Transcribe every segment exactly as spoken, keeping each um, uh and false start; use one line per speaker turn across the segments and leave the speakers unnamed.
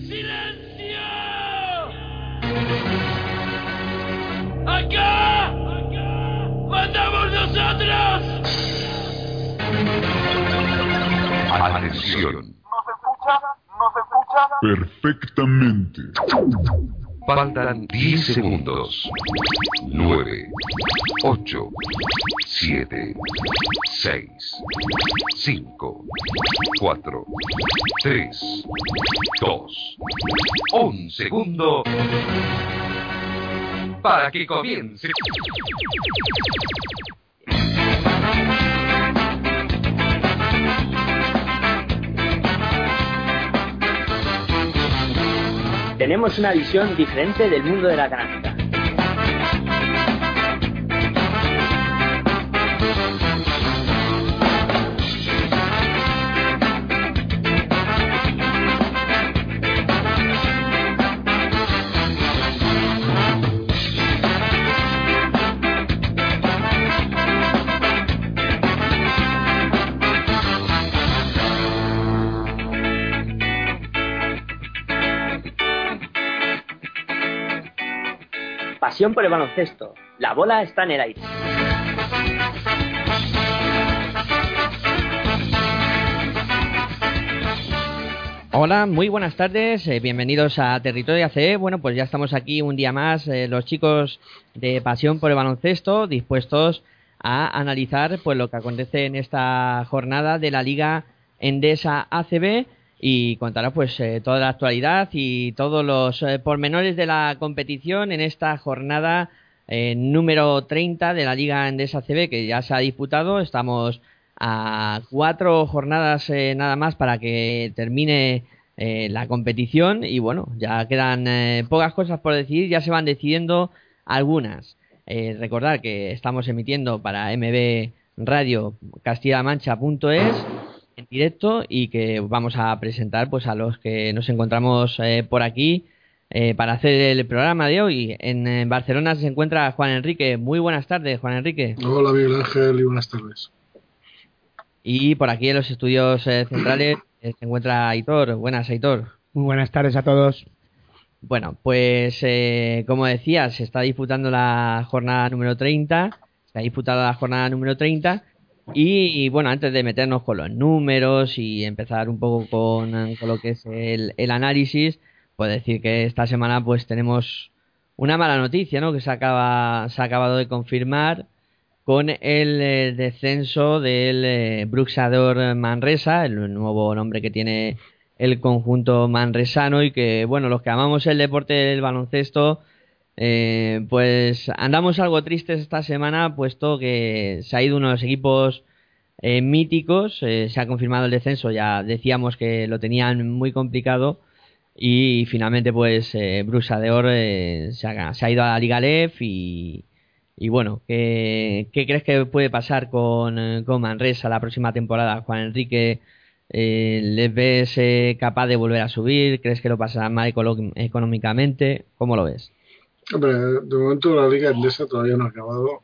¡Silencio! ¡Acá! ¡Mandamos nosotros!
Atención.
¿Nos escucha? ¿Nos escucha?
Perfectamente. Faltan diez segundos. nueve, ocho, siete, seis, cinco, cuatro, tres, dos, un segundo para que comience.
Tenemos una visión diferente del mundo de la gráfica. Pasión por el baloncesto. La bola está en el aire. Hola, muy buenas tardes, eh, bienvenidos a Territorio A C E. Bueno, pues ya estamos aquí un día más, eh, los chicos de Pasión por el baloncesto, dispuestos a analizar pues lo que acontece en esta jornada de la Liga Endesa A C B y contará pues eh, toda la actualidad y todos los eh, pormenores de la competición en esta jornada eh, número treinta de la Liga Endesa A C B, que ya se ha disputado. Estamos a cuatro jornadas eh, nada más para que termine eh, la competición y bueno, ya quedan eh, pocas cosas por decidir, ya se van decidiendo algunas. Eh, recordar que estamos emitiendo para M B Radio Castilla-La Mancha punto es en directo y que vamos a presentar pues a los que nos encontramos eh, por aquí eh, para hacer el programa de hoy. En, en Barcelona se encuentra Juan Enrique. Muy buenas tardes, Juan Enrique.
Hola, Miguel Ángel, y buenas tardes.
Y por aquí en los estudios eh, centrales eh, se encuentra Aitor. Buenas, Aitor.
Muy buenas tardes a todos.
Bueno, pues eh, como decía, se está disputando la jornada número treinta. Se ha disputado la jornada número treinta. Y, y bueno, antes de meternos con los números y empezar un poco con, con lo que es el, el análisis, pues decir que esta semana pues tenemos una mala noticia, ¿no? Que se acaba se ha acabado de confirmar con el eh, descenso del eh, Bruxador Manresa, el nuevo nombre que tiene el conjunto manresano, y que, bueno, los que amamos el deporte del baloncesto, eh, pues andamos algo tristes esta semana, puesto que se ha ido uno de los equipos eh, míticos, eh, se ha confirmado el descenso, ya decíamos que lo tenían muy complicado, y finalmente pues eh, Bruxador eh, se, ha, se ha ido a la Liga L E F y... Y bueno, ¿qué, qué crees que puede pasar con, con Manresa la próxima temporada? Juan Enrique, eh, ¿les ves eh, capaz de volver a subir? ¿Crees que lo pasarán mal eco- económicamente? ¿Cómo lo ves?
Hombre, de momento la Liga Endesa todavía no ha acabado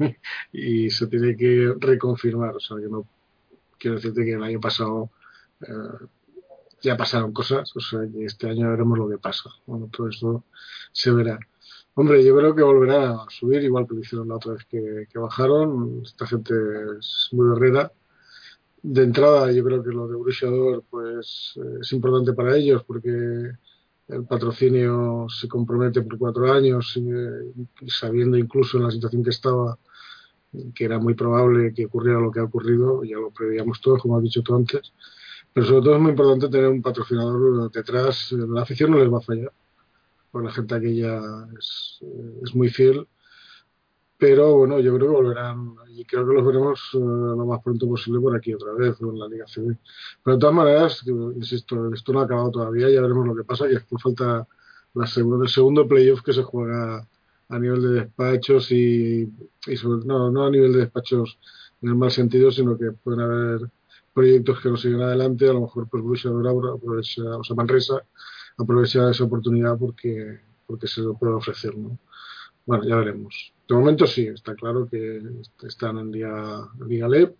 y se tiene que reconfirmar. O sea, que no quiero decirte que el año pasado eh, ya pasaron cosas, o sea, que este año veremos lo que pasa. Bueno, todo esto se verá. Hombre, yo creo que volverá a subir, igual que lo hicieron la otra vez que, que bajaron. Esta gente es muy guerrera. De entrada, yo creo que lo de Bruxador pues, eh, es importante para ellos porque el patrocinio se compromete por cuatro años y, y sabiendo incluso en la situación que estaba, que era muy probable que ocurriera lo que ha ocurrido, ya lo preveíamos todos, como has dicho tú antes. Pero sobre todo es muy importante tener un patrocinador detrás. La afición no les va a fallar, porque la gente aquí ya es, es muy fiel, pero bueno, yo creo que volverán y creo que los veremos eh, lo más pronto posible por aquí otra vez, o en la Liga C B. Pero de todas maneras, insisto, esto no ha acabado todavía, ya veremos lo que pasa, y después falta la segunda, el segundo playoff que se juega a nivel de despachos y, y sobre, no, no a nivel de despachos en el mal sentido, sino que pueden haber proyectos que no siguen adelante, a lo mejor pues Bruxador aprovecha, o sea, Manresa aprovecha esa oportunidad porque porque se lo puede ofrecer, ¿no? Bueno, ya veremos. De momento sí, está claro que están en Liga, Liga L E P.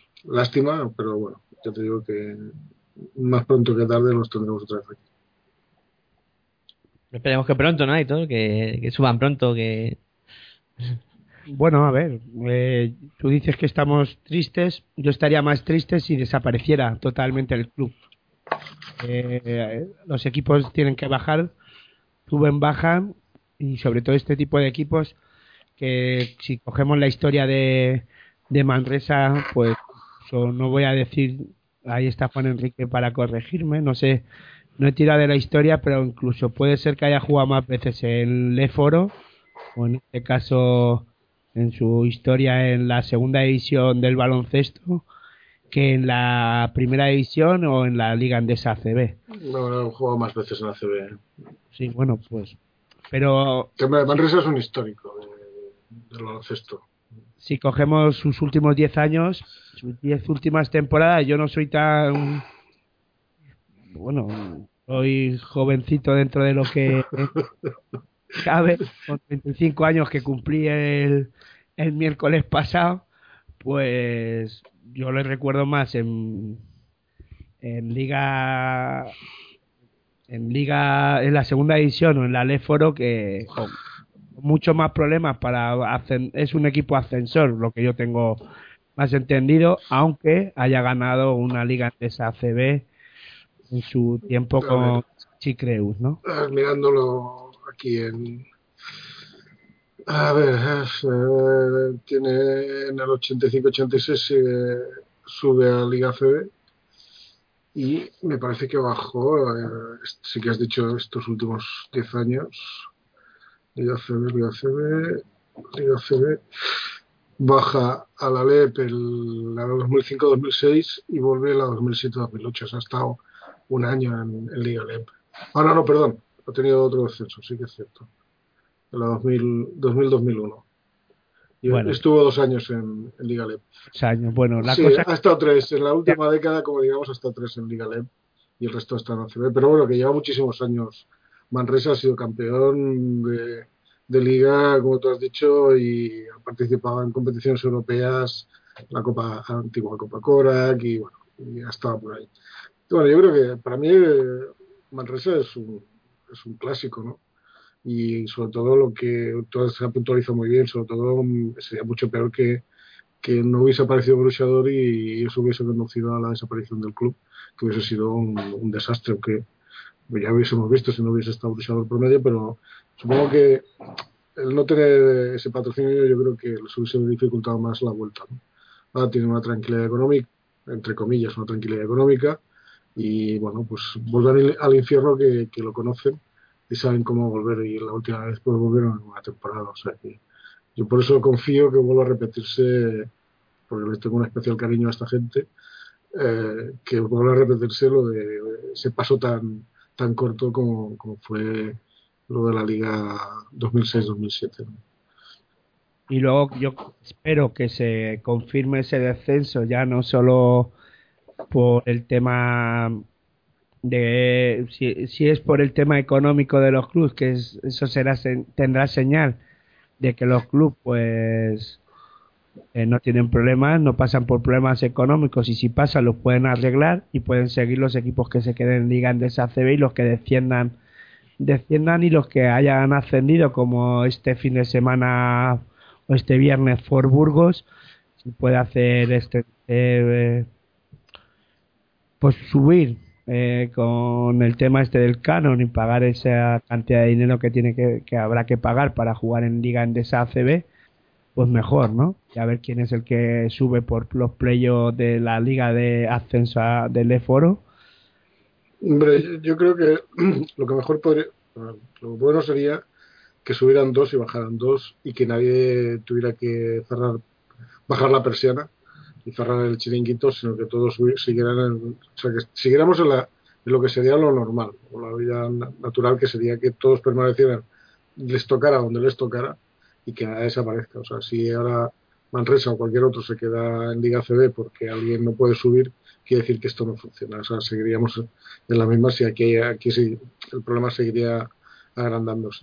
Lástima, pero bueno, ya te digo que más pronto que tarde los tendremos otra vez aquí.
Esperemos que pronto, ¿no? Y todo, que, que suban pronto, que...
Bueno, a ver, eh, tú dices que estamos tristes, yo estaría más triste si desapareciera totalmente el club. Eh, los equipos tienen que bajar, suben, bajan, y sobre todo este tipo de equipos que si cogemos la historia de, de Manresa, pues yo no voy a decir, ahí está Juan Enrique para corregirme, no sé, no he tirado de la historia, pero incluso puede ser que haya jugado más veces en Leforo, o en este caso en su historia en la segunda división del baloncesto, que en la primera división o en la Liga Andesa A C B.
No, no, he jugado más veces en la A C B.
Sí, bueno, pues... Pero...
Que Manresa es un histórico de, del baloncesto.
Si cogemos sus últimos diez años, sus diez últimas temporadas, yo no soy tan... Bueno, soy jovencito dentro de lo que cabe, con treinta y cinco años que cumplí el, el miércoles pasado, pues yo le recuerdo más en, en Liga... en Liga, en la segunda división o en la Leforo, que con muchos más problemas para hacer, es un equipo ascensor, lo que yo tengo más entendido, aunque haya ganado una Liga de esa A C B en su tiempo con Chicreus, ¿no?
Mirándolo aquí en... A ver, es, eh, tiene en el ochenta y cinco ochenta y seis eh, sube a Liga A C B y me parece que bajó, eh, sí que has dicho estos últimos diez años, Liga A C B, Liga A C B, Liga A C B, baja a la L E P el, la dos mil cinco dos mil seis y vuelve a la dos mil siete dos mil ocho, o sea, ha estado un año en, en Liga L E P. Ah, no, no, perdón, ha tenido otro descenso, sí que es cierto, en la dos mil dos mil dos mil uno. Y bueno, estuvo dos años en, en Liga L E P.
Dos años, bueno, la
sí,
cosa...
ha estado tres. En la última ya. década, como digamos, ha estado tres en Liga L E P y el resto está en A C B. Pero bueno, que lleva muchísimos años. Manresa ha sido campeón de, de Liga, como tú has dicho, y ha participado en competiciones europeas, la Copa antigua Copa Korak, y bueno, y ha estado por ahí. Y bueno, yo creo que para mí Manresa es un, es un clásico, ¿no? Y sobre todo lo que todo se ha puntualizado muy bien, sobre todo sería mucho peor que, que no hubiese aparecido Bruchador y eso hubiese conducido a la desaparición del club, que hubiese sido un, un desastre, aunque ya hubiésemos visto si no hubiese estado Bruchador por medio, pero supongo que el no tener ese patrocinio yo creo que les hubiese dificultado más la vuelta, ¿no? Ahora tienen una tranquilidad económica, entre comillas, una tranquilidad económica, y bueno, pues vuelven al infierno que, que lo conocen y saben cómo volver, y la última vez pues volvieron en una temporada, o sea que yo por eso confío que vuelva a repetirse, porque les tengo un especial cariño a esta gente, eh, que vuelva a repetirse lo de ese paso tan tan corto como, como fue lo de la Liga dos mil seis dos mil siete, ¿no?
Y luego yo espero que se confirme ese descenso, ya no solo por el tema de si, si es por el tema económico de los clubes, que es, eso será tendrá señal de que los clubes pues eh, no tienen problemas, no pasan por problemas económicos, y si pasan los pueden arreglar y pueden seguir los equipos que se queden en Liga Andesa A C B, y los que desciendan desciendan y los que hayan ascendido, como este fin de semana o este viernes for Burgos, si puede hacer este eh, pues subir Eh, con el tema este del canon y pagar esa cantidad de dinero que tiene que, que habrá que pagar para jugar en Liga Endesa A C B, pues mejor, ¿no? Y a ver quién es el que sube por los playoffs de la Liga de Ascenso del E-Foro.
Hombre, yo creo que lo que mejor podría, lo bueno sería que subieran dos y bajaran dos y que nadie tuviera que cerrar, bajar la persiana y cerrar el chiringuito, sino que todos siguieran en, o sea, que siguiéramos en, la, en lo que sería lo normal, o la vida natural, que sería que todos permanecieran, les tocara donde les tocara y que nada desaparezca. O sea, si ahora Manresa o cualquier otro se queda en Liga A C B porque alguien no puede subir, quiere decir que esto no funciona. O sea, seguiríamos en la misma, si aquí, aquí sí, el problema seguiría agrandándose.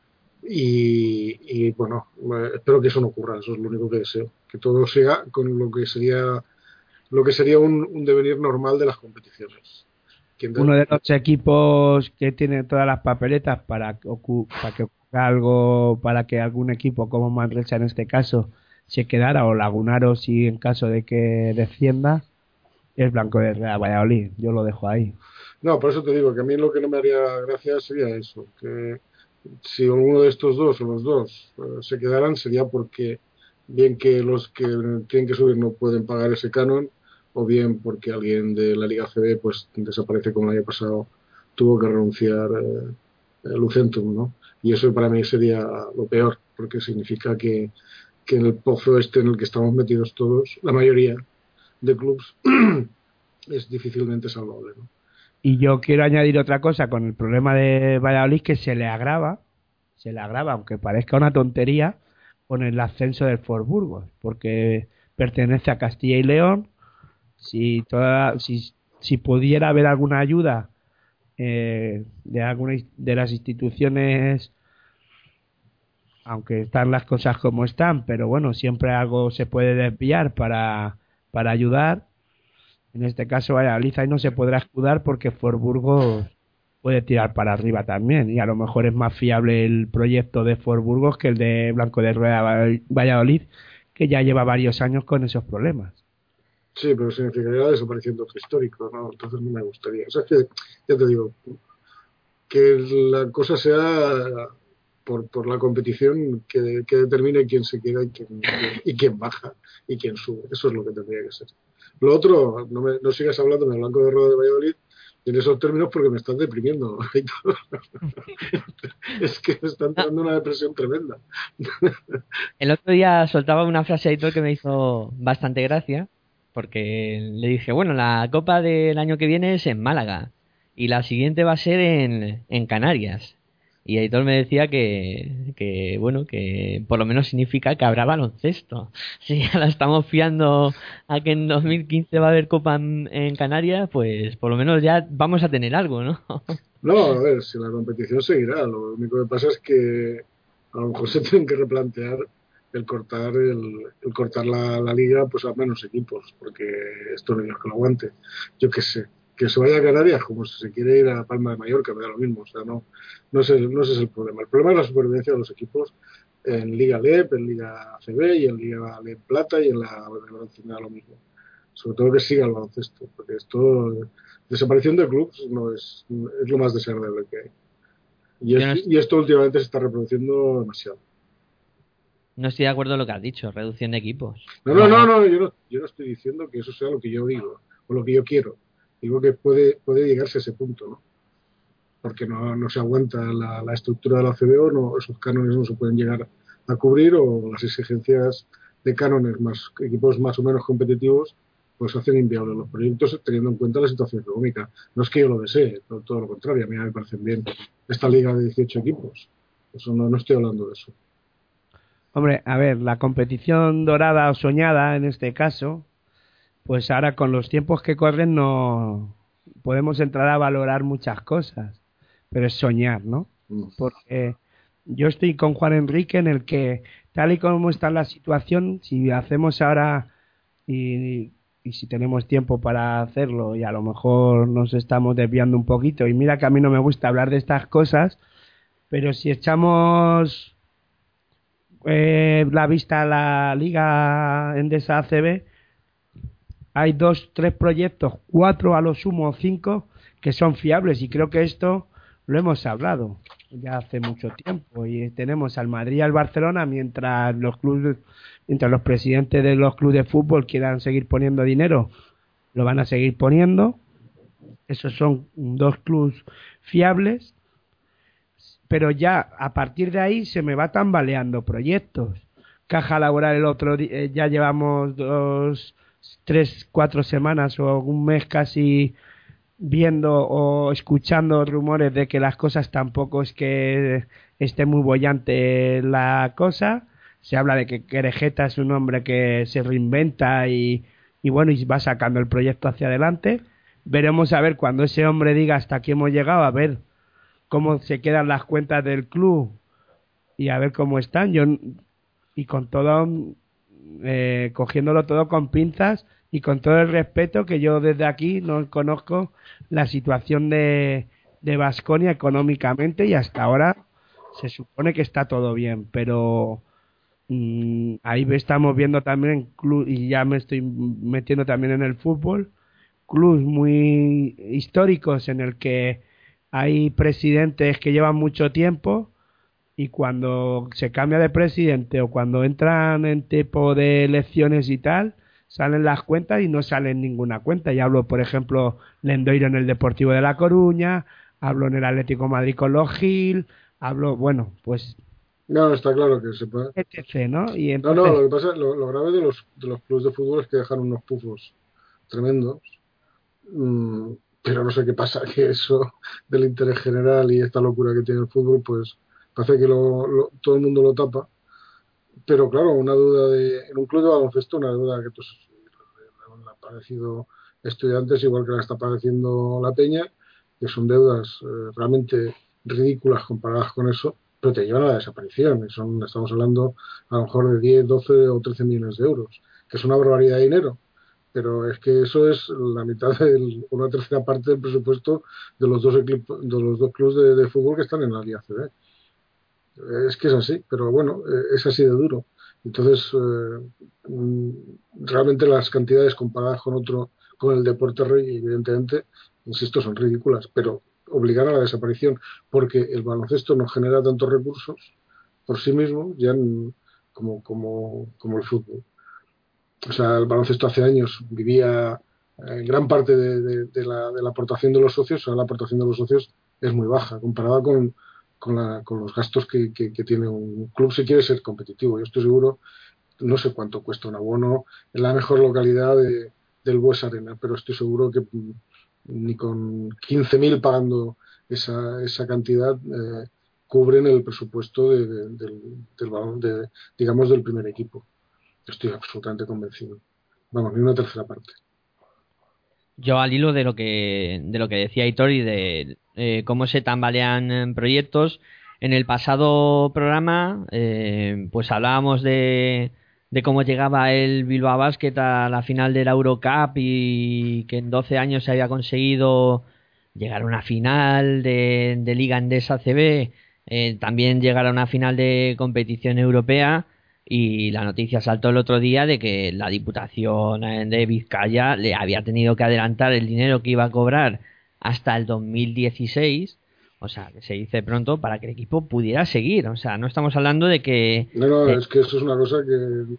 Y, y bueno, espero que eso no ocurra, eso es lo único que deseo, que todo sea con lo que sería lo que sería un, un devenir normal de las competiciones, ¿Quién de-
uno de los equipos que tiene todas las papeletas para, que ocu- para que ocurra algo, para que algún equipo como Manresa en este caso se quedara, o Lagunaro si en caso de que descienda, es Blanco de Real Valladolid. Yo lo dejo ahí.
No, por eso te digo que a mí lo que no me haría gracia sería eso, que si uno de estos dos o los dos eh, se quedaran sería porque bien que los que tienen que subir no pueden pagar ese canon, o bien porque alguien de la Liga C B pues desaparece como el año pasado, tuvo que renunciar eh, eh, Lucentum, ¿no? Y eso para mí sería lo peor, porque significa que, que en el pozo este en el que estamos metidos todos, la mayoría de clubes, es difícilmente salvable, ¿no?
Y yo quiero añadir otra cosa con el problema de Valladolid, que se le agrava, se le agrava, aunque parezca una tontería, con el ascenso del Fort Burgos, porque pertenece a Castilla y León. Si toda, si, si pudiera haber alguna ayuda eh, de alguna de las instituciones, aunque están las cosas como están, pero bueno, siempre algo se puede desviar para, para ayudar. En este caso, Valladolid ahí no se podrá escudar porque Fort Burgos puede tirar para arriba también, y a lo mejor es más fiable el proyecto de Fort Burgos que el de Blanco de Rueda Valladolid, que ya lleva varios años con esos problemas.
Sí, pero significaría la desaparición de otro histórico, ¿no? Entonces no me gustaría. O sea, es que, ya te digo, que la cosa sea por, por la competición que, que determine quién se queda y quién, y quién baja y quién sube. Eso es lo que tendría que ser. Lo otro, no, me, no sigas hablando de Blanco de Rueda de Valladolid en esos términos porque me están deprimiendo. Es que me está entrando una depresión tremenda.
El otro día soltaba una frase a Aitor que me hizo bastante gracia, porque le dije, bueno, la Copa del año que viene es en Málaga y la siguiente va a ser en, en Canarias. Y Aitor me decía que, que, bueno, que por lo menos significa que habrá baloncesto. Si ya la estamos fiando a que en dos mil quince va a haber Copa en, en Canarias, pues por lo menos ya vamos a tener algo, ¿no?
No, a ver, si la competición seguirá. Lo único que pasa es que a lo mejor se tienen que replantear el cortar el, el cortar la, la liga pues a menos equipos, porque esto no es que lo aguante. Yo qué sé. Que se vaya a Canarias como si se quiere ir a Palma de Mallorca, me da lo mismo. O sea, no, no, es el, no ese es el problema. El problema es la supervivencia de los equipos en Liga L E P, en Liga C B y en Liga L E P Plata y en la me da lo mismo. Sobre todo que siga el baloncesto, porque esto, desaparición de clubes no es, es lo más desagradable que hay. Y, es,
Yo no,
y esto últimamente se está reproduciendo demasiado.
no estoy de acuerdo en lo que has dicho, reducción de equipos.
No, no, no, no, yo no, yo no estoy diciendo que eso sea lo que yo digo o lo que yo quiero. Digo que puede, puede llegarse a ese punto, ¿no? Porque no, no se aguanta la, la estructura de la C B O, no, esos cánones no se pueden llegar a cubrir, o las exigencias de cánones más equipos más o menos competitivos pues hacen inviables los proyectos teniendo en cuenta la situación económica. No es que yo lo desee, todo, todo lo contrario, a mí me parecen bien esta liga de dieciocho equipos. Eso no, no estoy hablando de eso.
Hombre, a ver, la competición dorada o soñada en este caso, pues ahora con los tiempos que corren no podemos entrar a valorar muchas cosas, pero es soñar, ¿no?
Mm.
Porque yo estoy con Juan Enrique en el que tal y como está la situación, si hacemos ahora y, y si tenemos tiempo para hacerlo y a lo mejor nos estamos desviando un poquito, y mira que a mí no me gusta hablar de estas cosas, pero si echamos eh, la vista a la Liga Endesa A C B, hay dos, tres proyectos, cuatro a lo sumo, cinco, que son fiables, y creo que esto lo hemos hablado ya hace mucho tiempo, y tenemos al Madrid y al Barcelona, mientras los clubes, mientras los presidentes de los clubes de fútbol quieran seguir poniendo dinero, lo van a seguir poniendo. Esos son dos clubes fiables, pero ya a partir de ahí se me va tambaleando proyectos. Caja Laboral, el otro día, ya llevamos dos, tres, cuatro semanas o un mes casi viendo o escuchando rumores de que las cosas tampoco es que esté muy bollante la cosa. Se habla de que Querejeta es un hombre que se reinventa y, y bueno, y va sacando el proyecto hacia adelante. Veremos a ver cuando ese hombre diga hasta aquí hemos llegado, a ver cómo se quedan las cuentas del club y a ver cómo están. Yo, y con todo, eh, cogiéndolo todo con pinzas, Y con todo el respeto que yo desde aquí no conozco la situación de de Baskonia económicamente y hasta ahora se supone que está todo bien, pero mmm, ahí estamos viendo también club, y ya me estoy metiendo también en el fútbol, clubes muy históricos en el que hay presidentes que llevan mucho tiempo y cuando se cambia de presidente o cuando entran en tipo de elecciones y tal, salen las cuentas y no salen ninguna cuenta. Y hablo, por ejemplo, Lendoiro en el Deportivo de La Coruña, hablo en el Atlético de Madrid con los Gil, hablo, bueno, pues...
No, está claro que se puede.
etcétera, ¿no? Y
No,
entonces,
no, lo que pasa, lo, lo grave de los, de los clubes de fútbol es que dejan unos pufos tremendos. Mm, pero no sé qué pasa, que eso del interés general y esta locura que tiene el fútbol, pues parece que lo, lo- todo el mundo lo tapa. Pero claro, una duda de, en un club de baloncesto, una duda que pues, le ha padecido estudiantes, igual que la está padeciendo la Peña, que son deudas eh, realmente ridículas comparadas con eso, pero te llevan a la desaparición. Y son, estamos hablando a lo mejor de diez doce o trece millones de euros, que es una barbaridad de dinero. Pero es que eso es la mitad, del, una tercera parte del presupuesto de los dos equipos, de los dos clubes de, de fútbol que están en la Liga C B. Es que es así, pero bueno, eh, es así de duro. Entonces, eh, mm, realmente las cantidades comparadas con otro, con el deporte rey, evidentemente, insisto, son ridículas, pero obligar a la desaparición, porque el baloncesto no genera tantos recursos por sí mismo, ya en- como, como, como el fútbol. O sea, el baloncesto hace años vivía eh, gran parte de, de- de la, de la aportación de los socios, ahora la aportación de los socios es muy baja comparada con, con, la- con los gastos que, que- que tiene un club si quiere ser competitivo. Yo estoy seguro, no sé cuánto cuesta un abono en la mejor localidad de, del Bues Arena, pero estoy seguro que mm, ni con quince mil pagando esa, esa cantidad eh, cubren el presupuesto de- de- del, del balón- de, digamos, del primer equipo. Estoy absolutamente convencido. Vamos, ni una tercera parte.
Yo al hilo de lo que de lo que decía Hitor y de eh, cómo se tambalean eh, proyectos, en el pasado programa eh, pues hablábamos de, de cómo llegaba el Bilbao Basket a la final de la Eurocup y que en doce años se había conseguido llegar a una final de, de Liga Endesa C B, eh, también llegar a una final de competición europea. Y la noticia saltó el otro día de que la Diputación eh, de Vizcaya le había tenido que adelantar el dinero que iba a cobrar hasta el dos mil dieciséis, o sea, que se dice pronto, para que el equipo pudiera seguir. O sea, no estamos hablando de que...
No, no,
de-
es que eso es una cosa que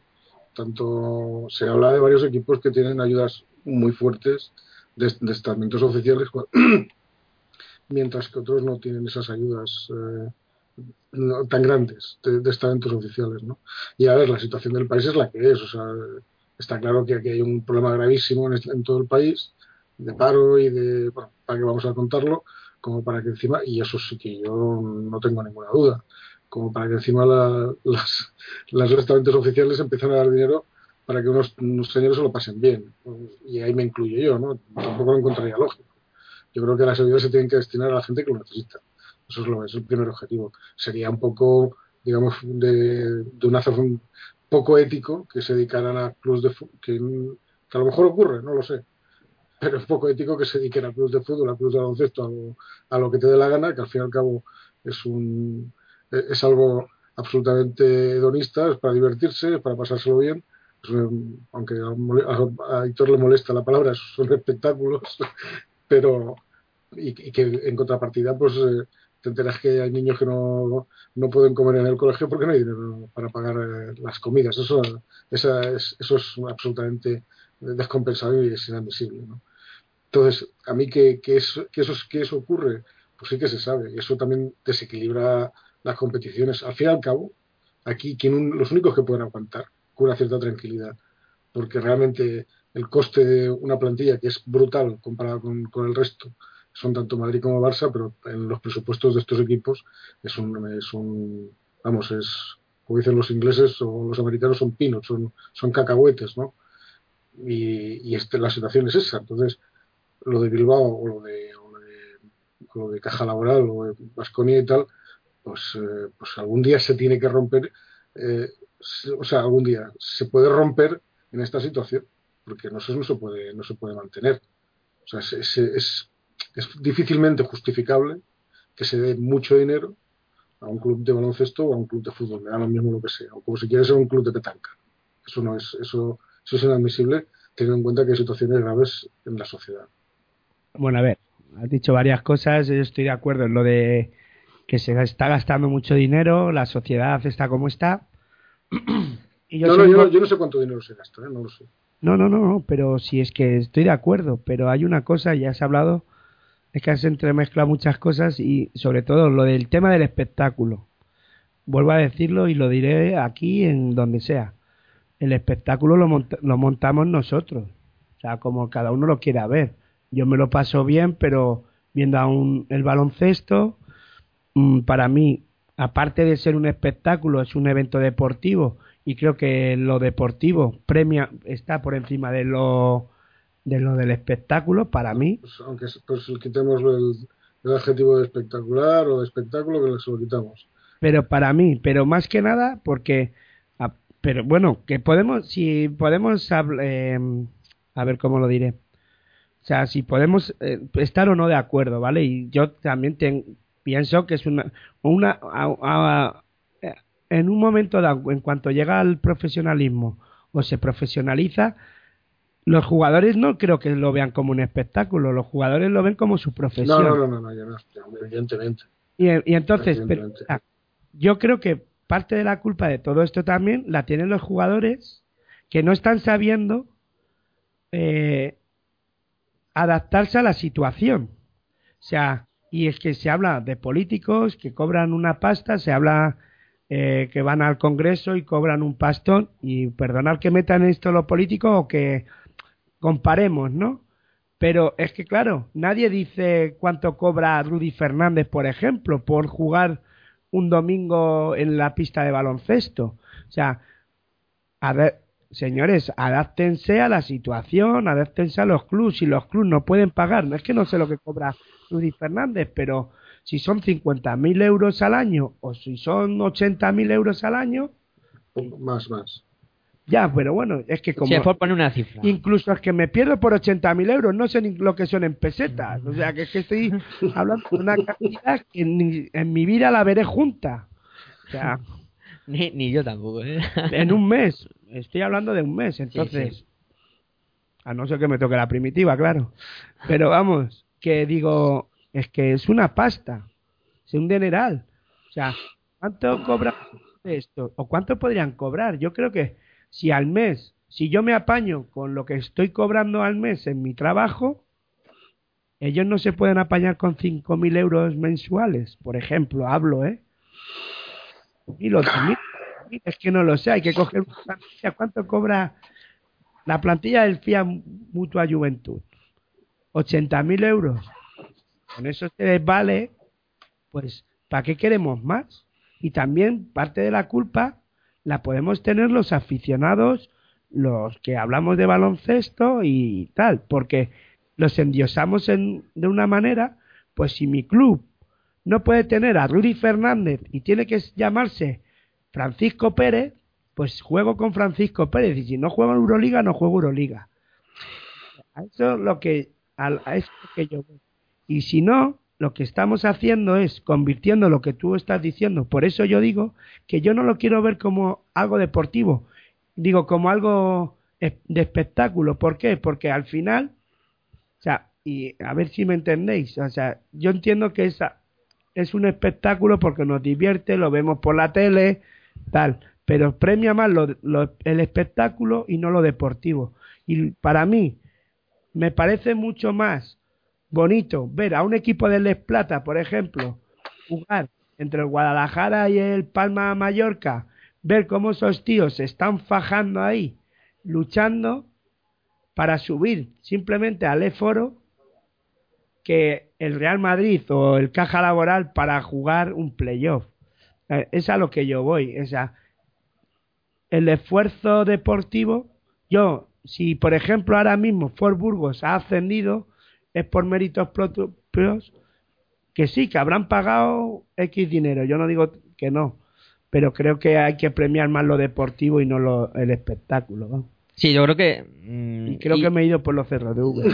tanto se habla de varios equipos que tienen ayudas muy fuertes de, de estamentos oficiales, cua- mientras que otros no tienen esas ayudas eh, no- tan grandes de, de estamentos oficiales, ¿no? Y a ver, la situación del país es la que es, o sea, está claro que aquí hay un problema gravísimo en, este- en todo el país, de paro y de, bueno, para qué vamos a contarlo, como para que encima, y eso sí que yo no tengo ninguna duda, como para que encima la- las, las estamentos oficiales empiezan a dar dinero para que unos, unos señores se lo pasen bien, y ahí me incluyo yo, ¿no? Tampoco lo encontraría lógico. Yo creo que las ayudas se tienen que destinar a la gente que lo necesita. Eso es, lo, es el primer objetivo. Sería un poco, digamos, de, de un hacer un poco ético que se dedicaran a clubes de fútbol, que, que a lo mejor ocurre, no lo sé, pero es poco ético que se dediquen a clubes de fútbol, a clubes de baloncesto, a lo, a lo que te dé la gana, que al fin y al cabo es un es algo absolutamente hedonista, es para divertirse, es para pasárselo bien. Es un- aunque a, a, a Héctor le molesta la palabra, son espectáculos, pero y, y que en contrapartida pues eh, te enteras que hay niños que no, no pueden comer en el colegio porque no hay dinero para pagar eh, las comidas. Eso, esa es, eso es absolutamente descompensado y es inadmisible, ¿no? Entonces, a mí que, que, eso, que, eso, que eso ocurre, pues sí que se sabe. Y eso también desequilibra las competiciones. Al fin y al cabo, aquí quien un- los únicos que pueden aguantar con una cierta tranquilidad, porque realmente el coste de una plantilla que es brutal comparado con, con el resto, son tanto Madrid como Barça, pero en los presupuestos de estos equipos es un, es un vamos, es, como dicen los ingleses o los americanos, son peanuts, son, son cacahuetes, ¿no? Y, y este, la situación es esa. Entonces, lo de Bilbao o lo de, o lo de, o lo de Caja Laboral o de Baskonia y tal, pues, eh, pues algún día se tiene que romper, eh, se- o sea, algún día se puede romper en esta situación. porque no, eso no se puede, no se puede mantener. O sea, es, es, es, es difícilmente justificable que se dé mucho dinero a un club de baloncesto o a un club de fútbol, me da lo mismo lo que sea, o como si quiere ser un club de petanca. Eso no es, eso, eso es inadmisible, teniendo en cuenta que hay situaciones graves en la sociedad.
Bueno, a ver, has dicho varias cosas, yo estoy de acuerdo en lo de que se está gastando mucho dinero, la sociedad está como está. Y yo
no, no,
soy
yo
un...
no, yo no sé cuánto dinero se gasta, ¿eh? No lo sé.
No, no, no, no, pero si es que estoy de acuerdo, pero hay una cosa, ya has hablado, es que has entremezclado muchas cosas y sobre todo lo del tema del espectáculo. Vuelvo a decirlo y lo diré aquí en donde sea. El espectáculo lo, mont lo montamos nosotros, o sea, como cada uno lo quiera ver. Yo me lo paso bien, pero viendo aún el baloncesto, mmm, para mí, aparte de ser un espectáculo, es un evento deportivo y creo que lo deportivo premia está por encima de lo de lo del espectáculo para mí.
Pues, aunque pues, quitemos el, el adjetivo de espectacular o de espectáculo, que se lo quitamos.
Pero para mí, pero más que nada porque, a, pero bueno, que podemos, si podemos, eh, a ver cómo lo diré. O sea, si podemos eh, estar o no de acuerdo, ¿vale? Y yo también ten, pienso que es una, una a, a, a, en un momento dado, en cuanto llega al profesionalismo o se profesionaliza, los jugadores no creo que lo vean como un espectáculo, los jugadores lo ven como su profesión.
No, no, no, no, no, ya no, evidentemente.
Y, y entonces,
evidentemente.
Pero, yo creo que parte de la culpa de todo esto también la tienen los jugadores que no están sabiendo eh, adaptarse a la situación. O sea, y es que se habla de políticos que cobran una pasta, se habla eh, que van al Congreso y cobran un pastón, y perdonad que metan esto los políticos o que comparemos, ¿no? Pero es que claro, nadie dice cuánto cobra Rudy Fernández, por ejemplo, por jugar un domingo en la pista de baloncesto. O sea, a ver, señores, adáptense a la situación, adáptense a los clubs. Si los clubs no pueden pagar, no es que no sé lo que cobra Rudy Fernández, pero si son cincuenta mil euros al año o si son ochenta mil euros al año...
Más, más.
Ya, pero bueno, es que como...
Si es por poner una cifra.
Incluso es que me pierdo por ochenta mil euros, no sé ni lo que son en pesetas. O sea, que es que estoy hablando de una cantidad que ni, en mi vida la veré junta. O sea...
Ni, ni yo tampoco, ¿eh?
En un mes. Estoy hablando de un mes, entonces... Sí, sí. A no ser que me toque la primitiva, claro. Pero vamos, que digo... Es que es una pasta. Es un dineral. O sea, ¿cuánto cobra esto? ¿O cuánto podrían cobrar? Yo creo que si al mes, si yo me apaño con lo que estoy cobrando al mes en mi trabajo, ellos no se pueden apañar con cinco mil euros mensuales, por ejemplo, hablo, ¿eh? Y los es que no lo sé, hay que coger una plantilla. ¿Cuánto cobra la plantilla del Fiat Mutua Juventud? ochenta mil euros. Con eso se les vale, pues, ¿para qué queremos más? Y también parte de la culpa la podemos tener los aficionados, los que hablamos de baloncesto y tal, porque los endiosamos en, de una manera, pues si mi club no puede tener a Rudy Fernández y tiene que llamarse Francisco Pérez, pues juego con Francisco Pérez, y si no juego en Euroliga, no juego Euroliga. A eso es lo que, a, a eso es lo que yo veo. Y si no, lo que estamos haciendo es convirtiendo lo que tú estás diciendo. Por eso yo digo que yo no lo quiero ver como algo deportivo, digo como algo de espectáculo. ¿Por qué? Porque al final, o sea, y a ver si me entendéis, o sea, yo entiendo que esa es un espectáculo porque nos divierte, lo vemos por la tele, tal, pero premia más lo, lo, el espectáculo y no lo deportivo. Y para mí me parece mucho más bonito ver a un equipo de Les Plata, por ejemplo, jugar entre el Guadalajara y el Palma Mallorca, ver cómo esos tíos se están fajando ahí, luchando para subir simplemente al E-Foro, que el Real Madrid o el Caja Laboral para jugar un playoff. Es a lo que yo voy. O sea, el esfuerzo deportivo, yo, si por ejemplo ahora mismo Ford Burgos ha ascendido, es por méritos propios, que sí, que habrán pagado X dinero, yo no digo que no, pero creo que hay que premiar más lo deportivo y no lo, el espectáculo, ¿no?
Sí, yo creo que... mm,
Y creo
y-
que me he ido por los C R D V.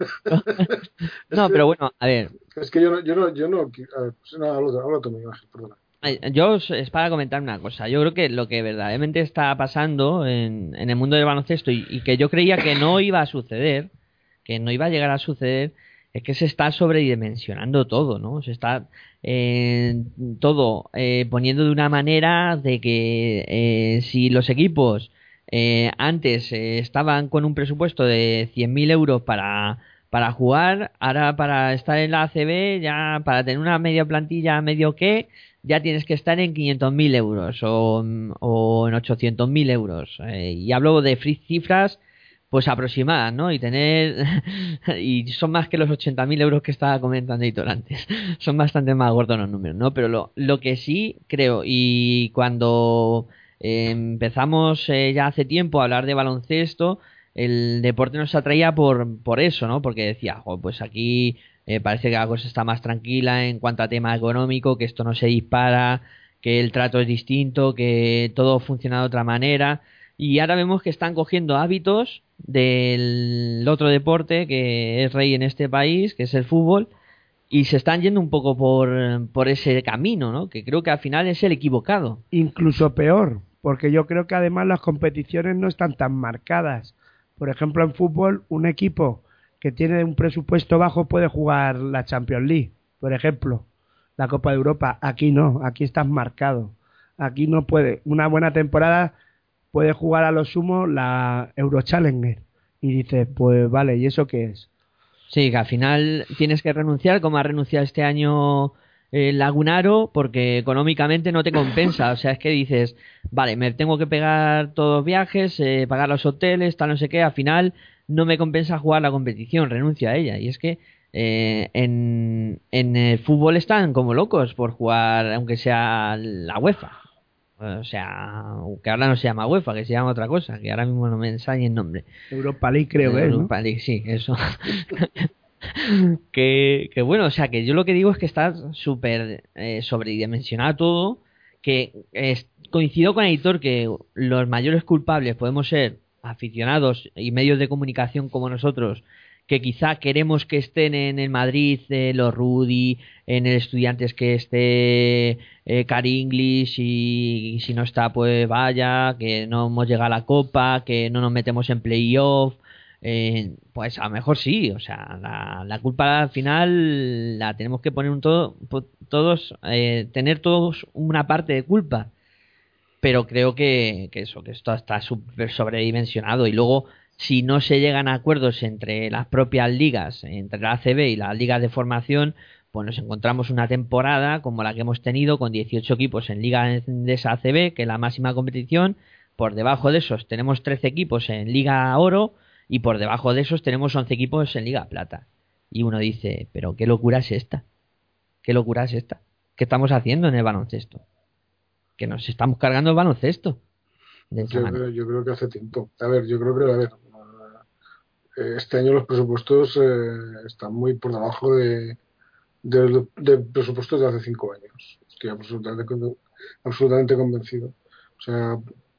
No, pero bueno, a ver,
Es que yo no, yo no, yo no, a ver, no, habla, habla tú, Miguel Ángel, perdona.
Ay, Yo os- es para comentar una cosa. Yo creo que lo que verdaderamente está pasando en, en el mundo del baloncesto y, y que yo creía que no iba a suceder, que no iba a llegar a suceder, es que se está sobredimensionando todo, ¿no? Se está eh, todo eh, poniendo de una manera de que eh, si los equipos eh, antes eh, estaban con un presupuesto de cien mil euros para para jugar, ahora para estar en la A C B, ya para tener una media plantilla medio que, ya tienes que estar en quinientos mil euros o, o en ochocientos mil euros. Eh, y hablo de free cifras pues aproximadas, ¿no? Y tener... y son más que los ochenta mil euros que estaba comentando Hitor antes. Son bastante más gordos los números, ¿no? Pero lo, lo que sí creo, y cuando eh, empezamos eh, ya hace tiempo a hablar de baloncesto, el deporte nos atraía por, por eso, ¿no? Porque decía, "Jo, pues aquí eh, parece que la cosa está más tranquila en cuanto a tema económico, que esto no se dispara, que el trato es distinto, que todo funciona de otra manera". Y ahora vemos que están cogiendo hábitos del otro deporte que es rey en este país, que es el fútbol, y se están yendo un poco por, por ese camino, ¿no? Que creo que al final es el equivocado.
Incluso peor, porque yo creo que además las competiciones no están tan marcadas. Por ejemplo, en fútbol, un equipo que tiene un presupuesto bajo puede jugar la Champions League, por ejemplo, la Copa de Europa. Aquí no, aquí estás marcado. Aquí no puede. Una buena temporada puede jugar a lo sumo la Eurochallenger. Y dices, pues vale, ¿y eso qué es?
Sí, que al final tienes que renunciar, como ha renunciado este año el Lagunaro, porque económicamente no te compensa. O sea, es que dices, vale, me tengo que pegar todos los viajes, eh, pagar los hoteles, tal, no sé qué, al final no me compensa jugar la competición, renuncio a ella. Y es que eh, en, en el fútbol están como locos por jugar, aunque sea la UEFA. O sea, que ahora no se llama UEFA, que se llama otra cosa, que ahora mismo no me sale el nombre.
Europa League creo que es, ¿no?
Europa League, sí, eso. que, que bueno, o sea, que yo lo que digo es que está súper eh, sobredimensionado todo, que es, coincido con Editor que los mayores culpables podemos ser aficionados y medios de comunicación como nosotros, que quizá queremos que estén en el Madrid eh, los Rudy, en el Estudiantes que esté eh, Cari English y, y si no está pues vaya, que no hemos llegado a la Copa, que no nos metemos en playoff. Eh, pues a lo mejor sí, o sea, la, la culpa al final la tenemos que poner un todo, todos, eh, tener todos una parte de culpa, pero creo que, que eso, que esto está súper sobredimensionado y luego si no se llegan a acuerdos entre las propias ligas, entre la A C B y las ligas de formación, pues nos encontramos una temporada como la que hemos tenido con dieciocho equipos en Liga de esa A C B, que es la máxima competición. Por debajo de esos tenemos trece equipos en Liga Oro y por debajo de esos tenemos once equipos en Liga Plata. Y uno dice, pero ¿qué locura es esta? ¿Qué locura es esta? ¿Qué estamos haciendo en el baloncesto? Que nos estamos cargando el baloncesto. De esa
Yo
manera.
creo, yo creo que hace tiempo. A ver, yo creo que, a ver, eh, este año los presupuestos eh, están muy por debajo de, de, de presupuestos de hace cinco años. Estoy absolutamente, con- absolutamente convencido. O sea,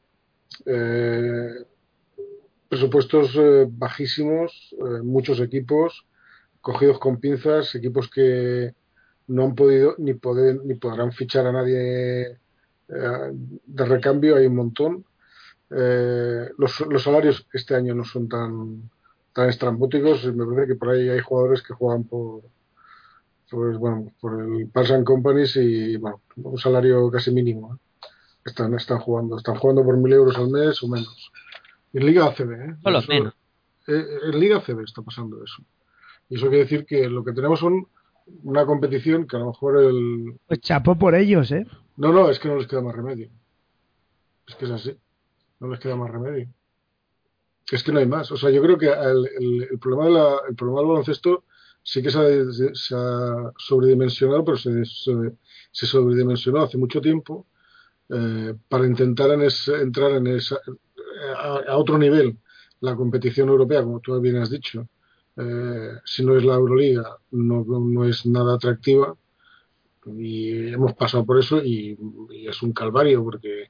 eh, presupuestos eh, bajísimos, eh, muchos equipos cogidos con pinzas, equipos que no han podido ni poder ni podrán fichar a nadie eh, de recambio, hay un montón. Eh, los, los salarios este año no son tan tan estrambóticos. Me parece que por ahí hay jugadores que juegan por pues, bueno, por el Pass and Companies y bueno, un salario casi mínimo. ¿eh? Están, están jugando, están jugando por mil euros al mes o menos. En Liga A C B, ¿eh?
Solo
Eso-
menos.
eh, en Liga A C B está pasando eso. Y eso quiere decir que lo que tenemos son una competición que a lo mejor el...
Pues chapó por ellos, ¿eh?
No, no, es que no les queda más remedio. Es que es así. No les queda más remedio. Es que no hay más. O sea, yo creo que el, el, el problema, de la, el problema del baloncesto sí que se ha, se ha sobredimensionado, pero se, se, se sobredimensionó hace mucho tiempo eh, para intentar en ese- entrar en esa, a, a otro nivel la competición europea, como tú bien has dicho. Eh, si no es la Euroliga, no, no es nada atractiva y hemos pasado por eso y, y es un calvario porque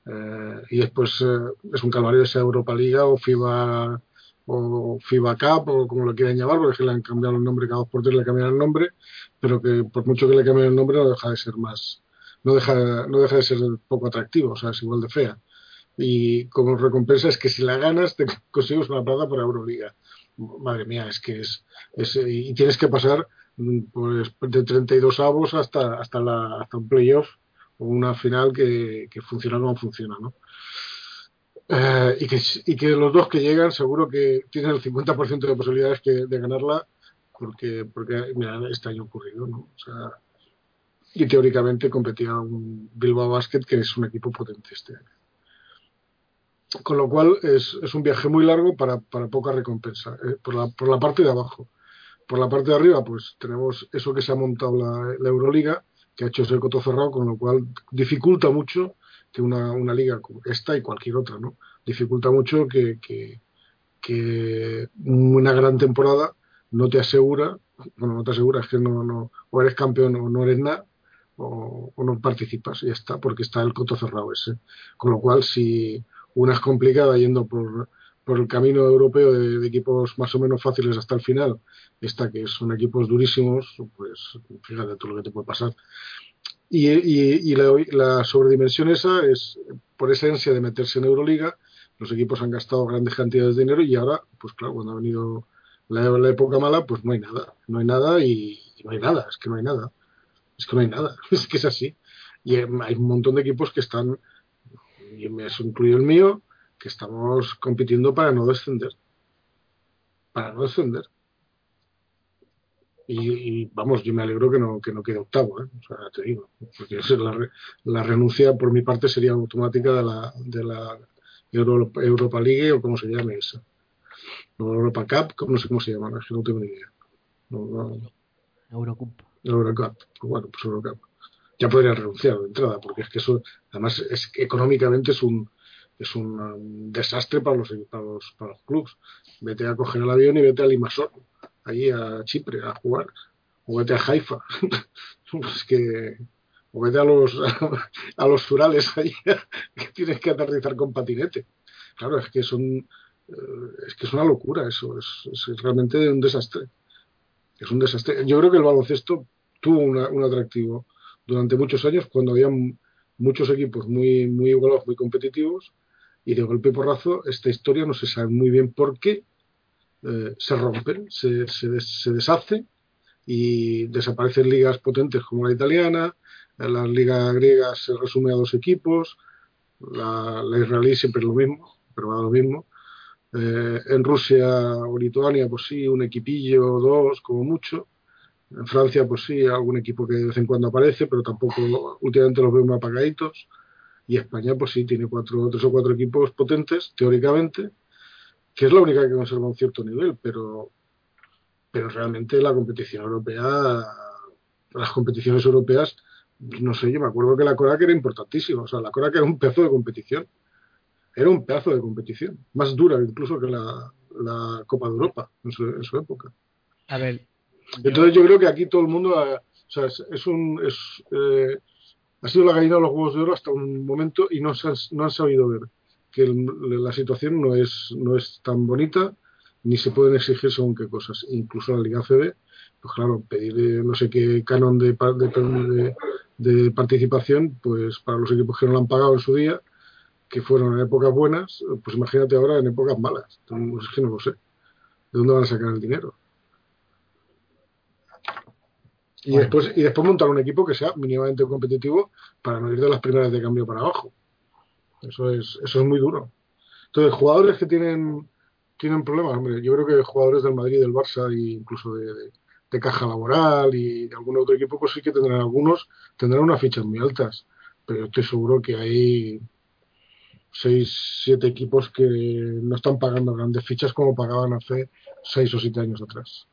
Eh, y después eh, es un calvario esa Europa Liga o FIBA o FIBA Cup o como lo quieran llamar, porque es que le han cambiado el nombre, cada dos por tres le cambian el nombre, pero que por mucho que le cambien el nombre no deja de ser más, no deja, no deja de ser poco atractivo, o sea, es igual de fea. Y como recompensa es que si la ganas te consigues una plaza para Euroliga. Madre mía, es que es, es y tienes que pasar pues de treinta y dos avos hasta hasta la hasta un playoff o una final que, que funciona como funciona, ¿no? Eh, y que y que los dos que llegan seguro que tienen el cincuenta por ciento de posibilidades que, de ganarla porque porque mira, este año ha ocurrido, ¿no? O sea, y teóricamente competía un Bilbao Basket que es un equipo potente este año. Con lo cual es, es un viaje muy largo para, para poca recompensa, eh, por, la, por la parte de abajo. Por la parte de arriba, pues tenemos eso que se ha montado la, la Euroliga, que ha hecho ese coto cerrado, con lo cual dificulta mucho que una, una liga como esta y cualquier otra, ¿no? Dificulta mucho que, que, que una gran temporada no te asegura, bueno, no te asegura, es que no, no o eres campeón o no eres nada, o, o no participas, y ya está, porque está el coto cerrado ese. Con lo cual, si una es complicada yendo por, por el camino europeo de, de equipos más o menos fáciles hasta el final, esta que son equipos durísimos, pues fíjate tú lo que te puede pasar. Y, y, y la, la sobredimensión esa es por esa ansia de meterse en Euroliga, los equipos han gastado grandes cantidades de dinero y ahora, pues claro, cuando ha venido la, la época mala, pues no hay nada, no hay nada y, y no hay nada, es que no hay nada, es que no hay nada, es que es así. Y hay un montón de equipos que están, y eso incluye el mío, que estamos compitiendo para no descender. Para no descender. Y, y vamos, yo me alegro que no, que no quede octavo, ¿eh? O sea, te digo. Porque la, la renuncia por mi parte sería automática de la, de la Euro, Europa League o como se llame esa. O Europa Cup, no sé cómo se llama, es que no tengo ni idea. No, no.
Eurocup.
Eurocup, bueno, pues Eurocup. Ya podría renunciar de entrada, porque es que eso, además, es que económicamente es un es un, um, desastre para los, para los para los clubes. Vete a coger el avión y vete a Limassol, allí a Chipre, a jugar, o vete a Haifa, es que, o vete a los a, a los Urales allí, que tienes que aterrizar con patinete. Claro, es que son eh, es que es una locura eso, es, es realmente un desastre. Es un desastre. Yo creo que el baloncesto tuvo una, un atractivo durante muchos años cuando había muchos equipos muy, muy igualados, muy competitivos, y de golpe y porrazo esta historia no se sabe muy bien por qué eh, se rompen, se, se, des, se deshace y desaparecen ligas potentes como la italiana, la liga griega se resume a dos equipos, la, la israelí siempre es lo mismo, pero va a lo mismo. Eh, en Rusia o Lituania, pues sí, un equipillo, dos, como mucho. En Francia, pues sí, algún equipo que de vez en cuando aparece, pero tampoco últimamente los veo muy apagaditos. Y España, pues sí, tiene cuatro, tres o cuatro equipos potentes, teóricamente, que es la única que conserva un cierto nivel, pero, pero realmente la competición europea, las competiciones europeas, no sé, yo me acuerdo que la Corac era importantísima, o sea, la Corac era un pedazo de competición, era un pedazo de competición, más dura incluso que la, la Copa de Europa en su, en su época.
A ver,
entonces yo creo que aquí todo el mundo, o sea, es, es un es, eh, ha sido la gallina de los huevos de oro hasta un momento y no, se han, no han sabido ver que el, la situación no es no es tan bonita ni se pueden exigir según qué cosas. Incluso la Liga A C B, pues claro, pedir eh, no sé qué canon de, de, de, de participación, pues para los equipos que no lo han pagado en su día, que fueron en épocas buenas, pues imagínate ahora en épocas malas. Entonces, es que no lo sé. ¿De dónde van a sacar el dinero? Y, bueno. después, y después montar un equipo que sea mínimamente competitivo para no ir de las primeras de cambio para abajo. Eso es eso es muy duro. Entonces, jugadores que tienen tienen problemas, hombre, yo creo que jugadores del Madrid, del Barça e incluso de, de, de Caja Laboral y de algún otro equipo, pues sí que tendrán algunos, tendrán unas fichas muy altas. Pero yo estoy seguro que hay seis, siete equipos que no están pagando grandes fichas como pagaban hace seis o siete años atrás.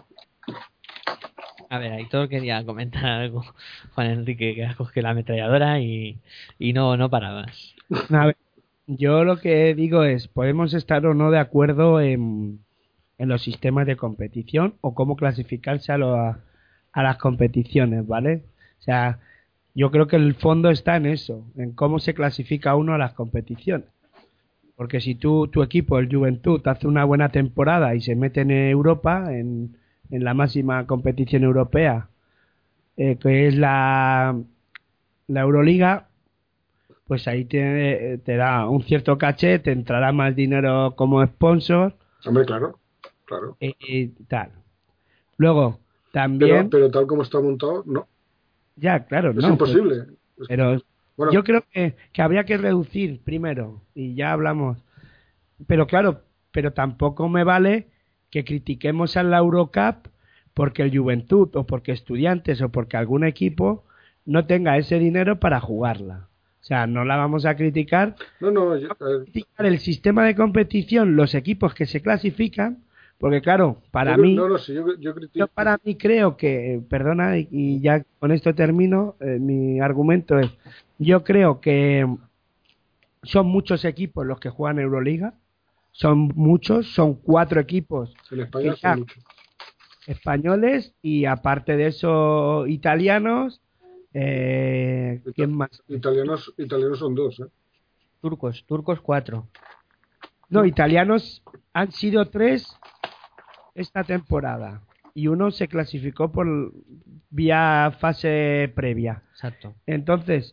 A ver, Aitor quería comentar algo. Juan Enrique, que has cogido la ametralladora y, y no, no parabas.
A ver, yo lo que digo es, podemos estar o no de acuerdo en, en los sistemas de competición o cómo clasificarse a, lo, a, a las competiciones, ¿vale? O sea, yo creo que el fondo está en eso, en cómo se clasifica uno a las competiciones. Porque si tú, tu equipo, el Juventud, hace una buena temporada y se mete en Europa, en, en la máxima competición europea, eh, que es la, la Euroliga, pues ahí te, te da un cierto caché, te entrará más dinero como sponsor.
Hombre, claro, claro.
Y, y tal. Luego, también...
Pero, pero tal como está montado, no.
Ya, claro,
Es
no.
imposible.
Pero, pero
bueno,
yo creo que, que habría que reducir primero, y ya hablamos. Pero claro, pero tampoco me vale que critiquemos a la Eurocup porque el Juventud, o porque Estudiantes, o porque algún equipo no tenga ese dinero para jugarla. O sea, no la vamos a criticar.
no, no, yo,
Vamos a criticar el sistema de competición, los equipos que se clasifican, porque claro, para
yo,
mí...
No, no, sí, yo, yo critico...
Yo para mí creo que, perdona, y, y ya con esto termino, eh, mi argumento es, yo creo que son muchos equipos los que juegan Euroliga, son muchos, son cuatro equipos
En España
que ya-
son muchos.
españoles y aparte de eso italianos, eh, ¿quién más?
Italianos, italianos son dos, ¿eh?
Turcos, turcos cuatro.
No, italianos han sido tres esta temporada y uno se clasificó por vía fase previa.
Exacto.
Entonces,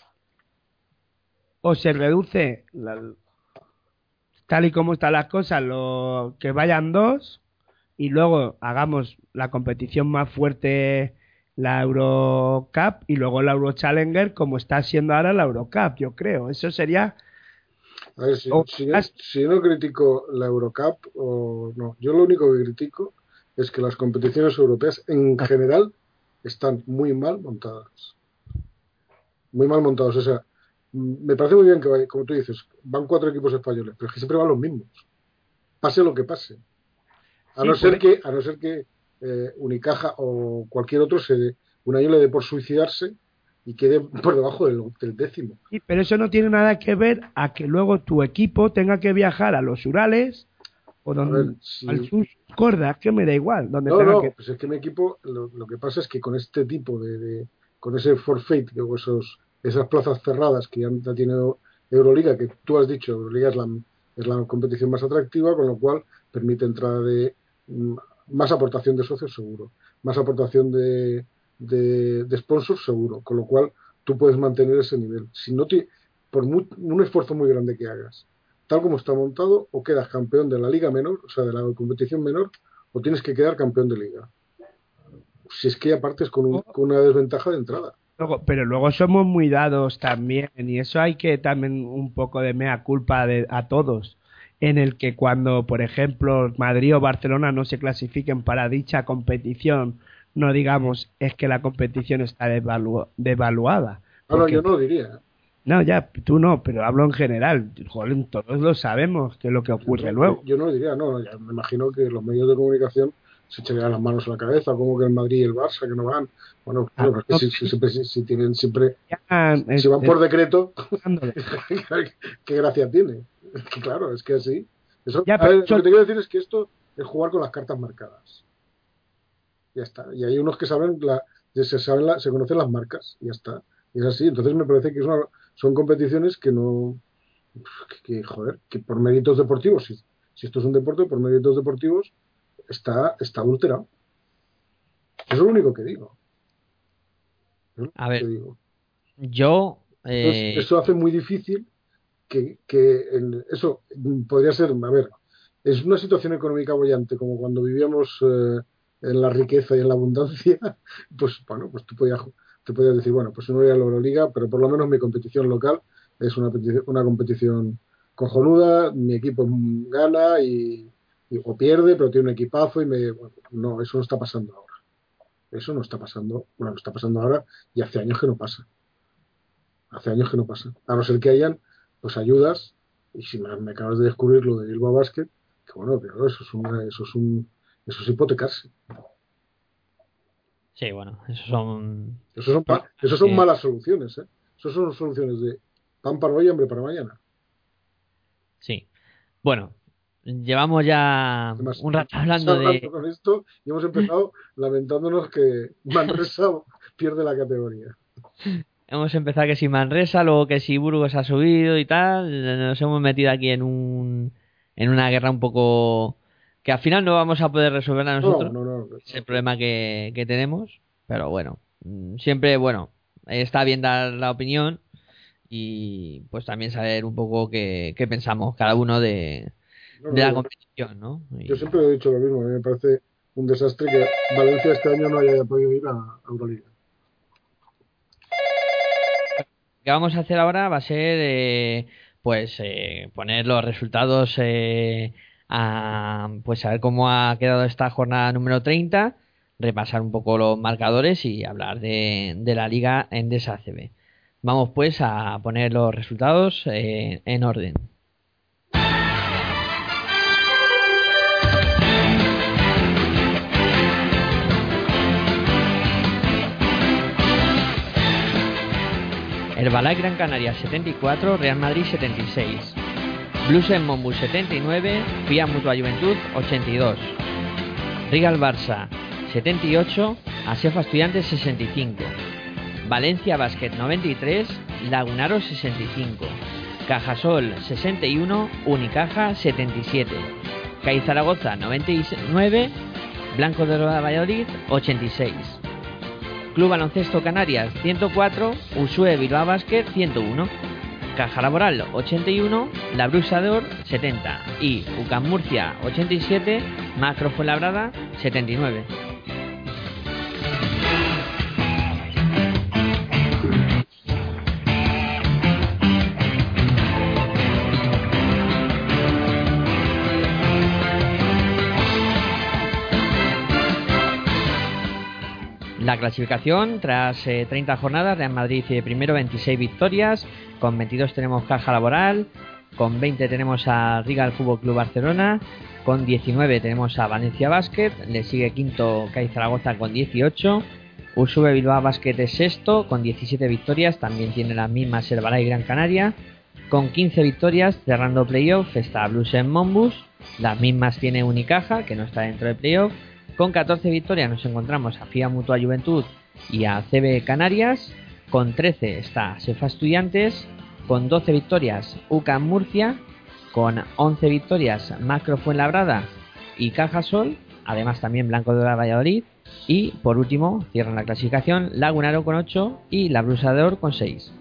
o se reduce, la- tal y como están las cosas, lo que vayan dos y luego hagamos la competición más fuerte, la Eurocup, y luego la Eurochallenger como está siendo ahora la Eurocup, yo creo. Eso sería...
A ver, si,
O-
si, yo, si yo no critico la Eurocup, o no, yo lo único que critico es que las competiciones europeas en general están muy mal montadas. Muy mal montadas. O sea, mm, me parece muy bien que, vaya- como tú dices, van cuatro equipos españoles, pero es que siempre van los mismos. Pase lo que pase. A
Sí,
no ser
por-
que, a no ser que eh, Unicaja o cualquier otro se dé- un año le dé por suicidarse y quede por debajo del, del décimo.
Sí, pero eso no tiene nada que ver a que luego tu equipo tenga que viajar a los Urales o
A
donde,
ver, si-
al sur, Corda, que me da igual, donde
No,
tenga
no,
que...
pues es que mi equipo, lo, lo que pasa es que con este tipo de, de con ese forfeit, que- o esos, esas plazas cerradas que ya ha tenido Euroliga, que tú has dicho, Euroliga es la, es la competición más atractiva, con lo cual permite entrada de mm, más aportación de socios seguro, más aportación de, de, de sponsors seguro, con lo cual tú puedes mantener ese nivel. Si no te, por muy- un esfuerzo muy grande que hagas, tal como está montado, o quedas campeón de la liga menor, o sea, de la competición menor, o tienes que quedar campeón de liga. Si es que aparte es con, un- con una desventaja de entrada.
Luego- pero luego somos muy dados también, y eso hay que también un poco de mea culpa de, a todos, en el que cuando, por ejemplo, Madrid o Barcelona no se clasifiquen para dicha competición, no digamos es que la competición está devalu- devaluada.
Ah, no,
Porque-
yo no lo diría.
no, ya, tú no, pero hablo en general. Joder, todos lo sabemos que es lo que ocurre
Yo,
luego.
yo no lo diría, no. Ya me imagino que los medios de comunicación se echarían las manos a la cabeza, como que el Madrid y el Barça que no van. Bueno,
Ah,
bueno, es que
no,
si, si, siempre, si, si tienen siempre,
Ya,
si van
es-
por decreto,
dándole.
¿qué gracia tiene? Es que claro, es que así. Eso,
Ya,
a
pero
ver,
eso-
lo que te quiero decir es que esto es jugar con las cartas marcadas. Ya está. Y hay unos que saben, la, se saben la, se conocen las marcas, y ya está. Y es así. Entonces me parece que es una, son competiciones que no, que, que, joder, que por méritos deportivos, si, si esto es un deporte, por méritos deportivos, está, está adulterado. Eso es lo único que digo. Eso es lo
A
único
ver,
que digo.
Yo,
Entonces,
eh,
eso hace muy difícil que, que en- eso mm, podría ser, a ver, es una situación económica bollante, como cuando vivíamos eh, en la riqueza y en la abundancia, pues bueno, pues tú podías, te podías decir, bueno, pues no voy a la Euroliga, pero por lo menos mi competición local es una, peti- una competición cojonuda, mi equipo mm, gana y, y- o pierde, pero tiene un equipazo y me, bueno, no, eso no está pasando ahora. Eso no está pasando, bueno, no está pasando ahora y hace años que no pasa. Hace años que no pasa. A no ser que hayan pues ayudas, y si me, me acabas de descubrir lo de Bilbao Basket, que bueno, pero eso es una, eso es un, eso es hipotecarse.
sí, bueno, esos son...
Eso son, ma- eso son
Eh,
malas soluciones, ¿eh? Eso son soluciones de pan para hoy y hambre para mañana.
Sí. Bueno, llevamos ya
Además,
un rato
estamos
hablando
hablando
de...
con esto y hemos empezado lamentándonos que Manresa pierde la categoría.
Hemos empezado que si Manresa, luego que si Burgos ha subido y tal. Nos hemos metido aquí en un en una guerra un poco que al final no vamos a poder resolver a nosotros.
No, no, no.
Es el problema que, que tenemos. Pero bueno, siempre, bueno, está bien dar la opinión y pues también saber un poco qué, qué pensamos cada uno de,
No,
de la
no,
competición, ¿no? Y-
yo siempre he dicho lo mismo. A mí me parece un desastre que Valencia este año no haya podido ir a Euroliga.
Lo que vamos a hacer ahora va a ser eh, pues eh, poner los resultados eh, a, pues a ver cómo ha quedado esta jornada número treinta, repasar un poco los marcadores y hablar de, de la liga Endesa A C B. Vamos pues a poner los resultados eh, en orden. Herbalife Gran Canaria setenta y cuatro, Real Madrid setenta y seis. Blues en Monbus setenta y nueve, Fiat Mutua Juventud ochenta y dos. Rigal Barça setenta y ocho, Asefa Estudiantes sesenta y cinco. Valencia Basket noventa y tres, Lagunaro sesenta y cinco. Cajasol sesenta y uno, Unicaja setenta y siete. CAI Zaragoza noventa y nueve, Blanco de Valladolid ochenta y seis. Club Baloncesto Canarias ciento cuatro, Usue Bilbao Basket ciento uno, Caja Laboral ochenta y uno, La Bruxa de Or setenta y UCAM Murcia ochenta y siete, Macro Fuenlabrada setenta y nueve. La clasificación, tras eh, treinta jornadas, Real Madrid eh, primero, veintiséis victorias, con veintidós tenemos Caja Laboral, con veinte tenemos a Rigal Fútbol Club Barcelona, con diecinueve tenemos a Valencia Basket, le sigue quinto CAI Zaragoza con dieciocho, Usube Bilbao Basket es sexto, con diecisiete victorias, también tiene las mismas Herbalife Gran Canaria, con quince victorias, cerrando playoff, está Blues en Monbus, las mismas tiene Unicaja, que no está dentro de playoff. Con catorce victorias nos encontramos a Fiat Mutua Juventud y a C B Canarias. Con trece está Sefa Estudiantes. Con doce victorias UCAM Murcia. Con once victorias Macro Fuenlabrada y Cajasol. Además también Blanco de Valladolid. Y por último cierran la clasificación Lagunaro con ocho y La Brusa de Or con seis.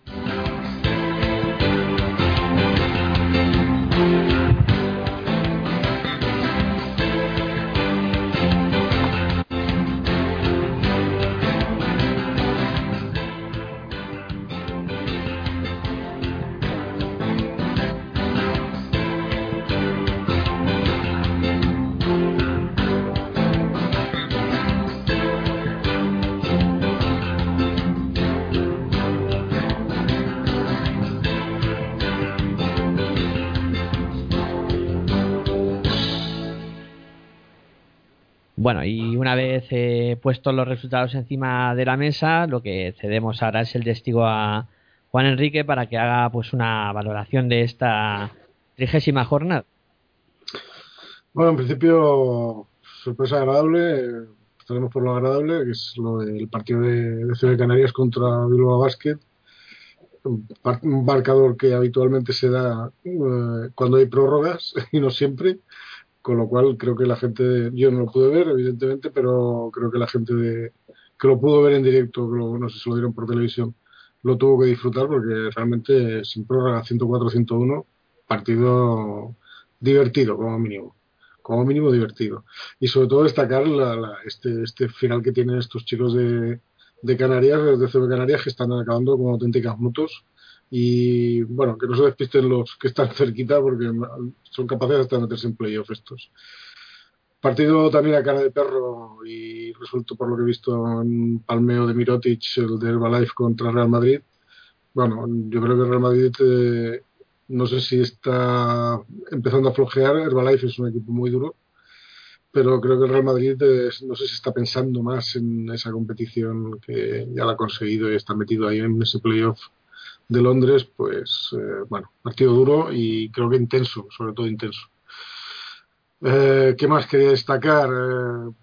Bueno, y una vez eh, puestos los resultados encima de la mesa, lo que cedemos ahora es el testigo a Juan Enrique para que haga pues una valoración de esta trigésima jornada.
Bueno, en principio, sorpresa agradable. Estaremos por lo agradable, que es lo del partido de, de C B Canarias contra Bilbao Basket. Un, par, un marcador que habitualmente se da eh, cuando hay prórrogas y no siempre. Con lo cual creo que la gente, yo no lo pude ver evidentemente, pero creo que la gente de, que lo pudo ver en directo, que lo, no sé si lo dieron por televisión, lo tuvo que disfrutar porque realmente sin prórroga ciento cuatro a ciento uno, partido divertido como mínimo, como mínimo divertido. Y sobre todo destacar la, la, este, este final que tienen estos chicos de, de Canarias, de C B Canarias, que están acabando como auténticas motos. Y bueno, que no se despisten los que están cerquita porque son capaces hasta de meterse en playoff estos. Partido también a cara de perro y resuelto por lo que he visto en palmeo de Mirotic, el de Herbalife contra Real Madrid. Bueno, yo creo que Real Madrid eh, no sé si está empezando a flojear. Herbalife es un equipo muy duro, pero creo que el Real Madrid eh, no sé si está pensando más en esa competición que ya la ha conseguido y está metido ahí en ese playoff de Londres. Pues eh, bueno, partido duro y creo que intenso, sobre todo intenso. Eh, ¿Qué más quería destacar? Eh,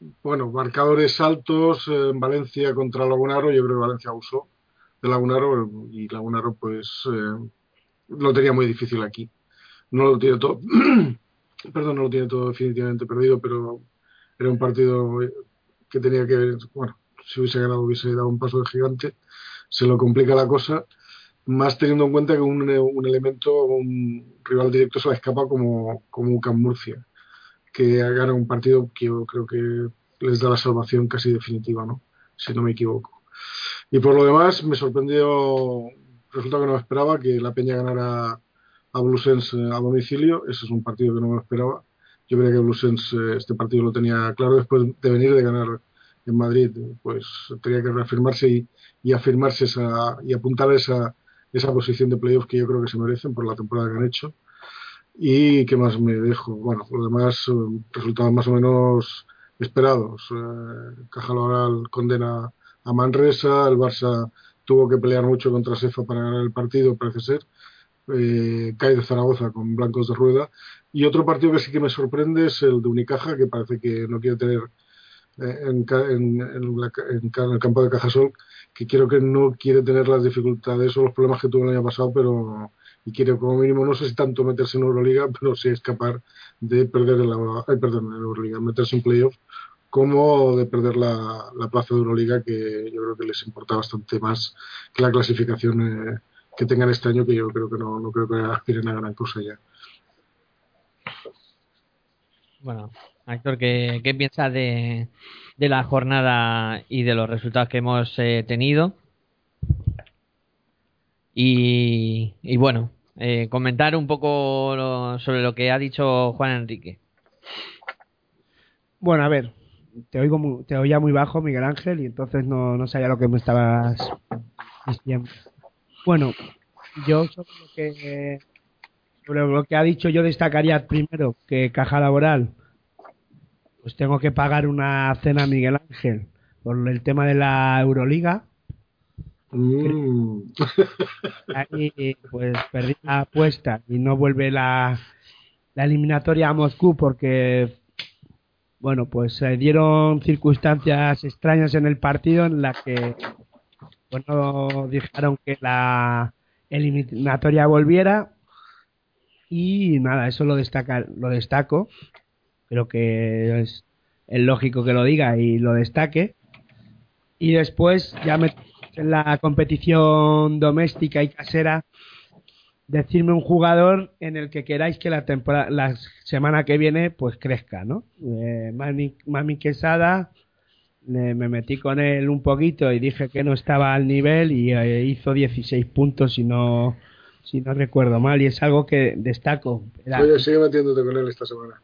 bueno, marcadores altos eh, en Valencia contra Lagunaro. Yo creo que Valencia usó de Lagunaro y Lagunaro pues eh, lo tenía muy difícil aquí. No lo tiene todo, perdón, no lo tiene todo definitivamente perdido, pero era un partido que tenía que, bueno, si hubiese ganado hubiese dado un paso de gigante. Se lo complica la cosa, más teniendo en cuenta que un, un elemento, un rival directo se la escapa como, como U C A M Murcia, que gana un partido que yo creo que les da la salvación casi definitiva, ¿no? Si no me equivoco. Y por lo demás, me sorprendió, resulta que no me esperaba que la Peña ganara a Bluesense a domicilio. Ese es un partido que no me esperaba. Yo creía que Bluesense eh, este partido lo tenía claro después de venir de ganar en Madrid. Pues tenía que reafirmarse y, y afirmarse esa, y apuntar a esa, esa posición de playoff que yo creo que se merecen por la temporada que han hecho. ¿Y qué más me dejo? Bueno, los demás eh, resultados más o menos esperados. Eh, Caja Laboral condena a Manresa, el Barça tuvo que pelear mucho contra Sefa para ganar el partido, parece ser. Eh, cae de Zaragoza con blancos de rueda. Y otro partido que sí que me sorprende es el de Unicaja, que parece que no quiere tener eh, en, en, en, la, en, en el campo de Cajasol, que creo que no quiere tener las dificultades o los problemas que tuvo el año pasado, pero y quiere como mínimo, no sé si tanto meterse en Euroliga, pero sí escapar de perder en la, ay, perdón, en Euroliga, meterse en playoff, como de perder la, la plaza de Euroliga, que yo creo que les importa bastante más que la clasificación eh, que tengan este año, que yo creo que no, no creo que aspiren a gran cosa ya.
Bueno, Héctor, ¿qué, qué piensas de, de la jornada y de los resultados que hemos eh, tenido? Y, y bueno, eh, comentar un poco lo, sobre lo que ha dicho Juan Enrique.
Bueno, a ver, te oigo muy, te oía muy bajo, Miguel Ángel, y entonces no, no sabía lo que me estabas diciendo. Bueno, yo sobre lo que sobre lo que ha dicho, yo destacaría primero que Caja Laboral, pues tengo que pagar una cena a Miguel Ángel por el tema de la Euroliga.
Mm.
Ahí pues perdí la apuesta y no vuelve la, la eliminatoria a Moscú porque bueno, pues se dieron circunstancias extrañas en el partido en las que bueno, dijeron que la eliminatoria volviera y nada, eso lo destaca, lo destaco. Creo que es, es lógico que lo diga y lo destaque. Y después ya me en la competición doméstica y casera, decirme un jugador en el que queráis que la temporada, la semana que viene, pues crezca, ¿no? Eh, Mami, Mami Quesada, eh, me metí con él un poquito y dije que no estaba al nivel y eh, hizo dieciséis puntos si no, si no recuerdo mal, y es algo que destaco. Era,
Oye, sigue metiéndote con él esta semana.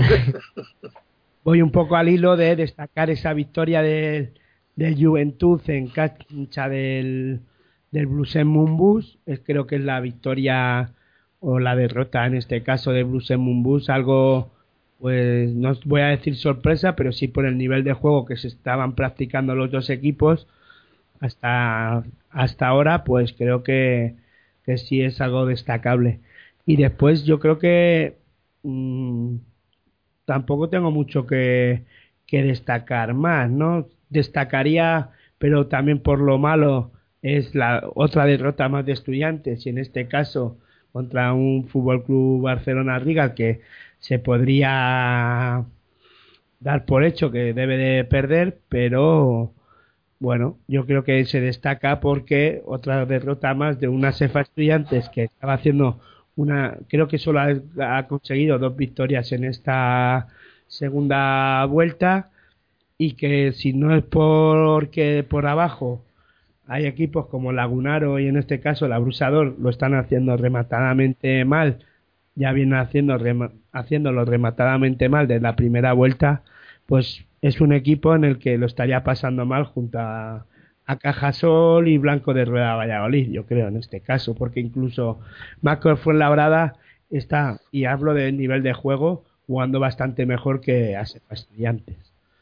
Voy un poco al hilo de destacar esa victoria del del Juventud en cancha del, del Bluesen Mumbus. Es, creo que es la victoria o la derrota en este caso de Bluesen Mumbus, algo pues no voy a decir sorpresa, pero sí por el nivel de juego que se estaban practicando los dos equipos hasta hasta ahora, pues creo que, que sí es algo destacable. Y después yo creo que mmm, tampoco tengo mucho que, que destacar más, ¿no? Destacaría, pero también por lo malo, es la otra derrota más de Estudiantes, y en este caso contra un Fútbol Club Barcelona Riga que se podría dar por hecho que debe de perder, pero bueno, yo creo que se destaca porque otra derrota más de una Cefa Estudiantes que estaba haciendo una, creo que solo ha, ha conseguido dos victorias en esta segunda vuelta, y que si no es porque por abajo hay equipos como Lagunaro y en este caso el Abusador lo están haciendo rematadamente mal, ya vienen haciendo rema, haciéndolo rematadamente mal desde la primera vuelta, pues es un equipo en el que lo estaría pasando mal junto a, a Cajasol y Blanco de Rueda Valladolid, yo creo en este caso, porque incluso Macro Fuenlabrada está, y hablo del nivel de juego, jugando bastante mejor que a Estudiantes.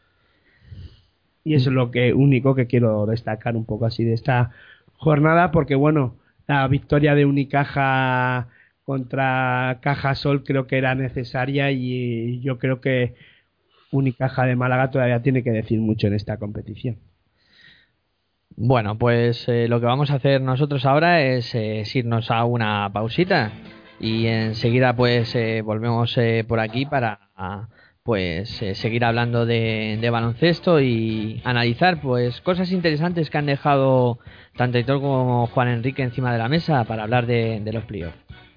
Y eso es lo que único que quiero destacar un poco así de esta jornada, porque bueno, la victoria de Unicaja contra Cajasol creo que era necesaria, y yo creo que Unicaja de Málaga todavía tiene que decir mucho en esta competición.
Bueno, pues eh, lo que vamos a hacer nosotros ahora es, eh, es irnos a una pausita y enseguida pues eh, volvemos eh, por aquí para pues eh, seguir hablando de, de baloncesto y analizar pues cosas interesantes que han dejado tanto Aitor como Juan Enrique encima de la mesa para hablar de, de los playoffs.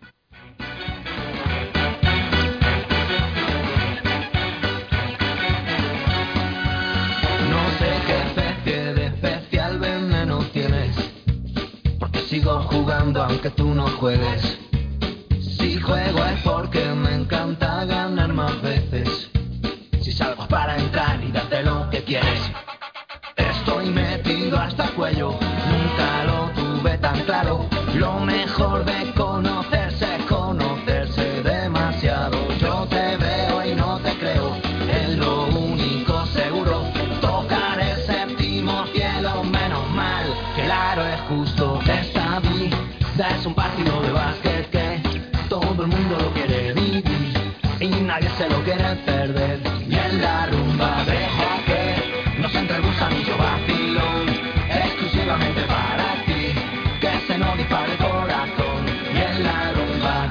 No sé qué especie de especial veneno tienes, porque sigo jugando aunque tú no juegues. Si juego es porque me encanta ganar más veces. Si salgo para entrar y darte lo que quieres. Estoy metido hasta el cuello, nunca lo tuve tan claro. Lo mejor de conocerse es conocerse demasiado. Yo te veo y no te creo, es lo único seguro. Tocar el séptimo cielo, menos mal, claro es justo. Esta vida es un partido de básquet que todo el mundo lo quiere vivir y nadie se lo quiere perder. Y en la rumba deja que nos entre el gusanillo vacilón, exclusivamente para ti, que se nos dispare el corazón. Y en la rumba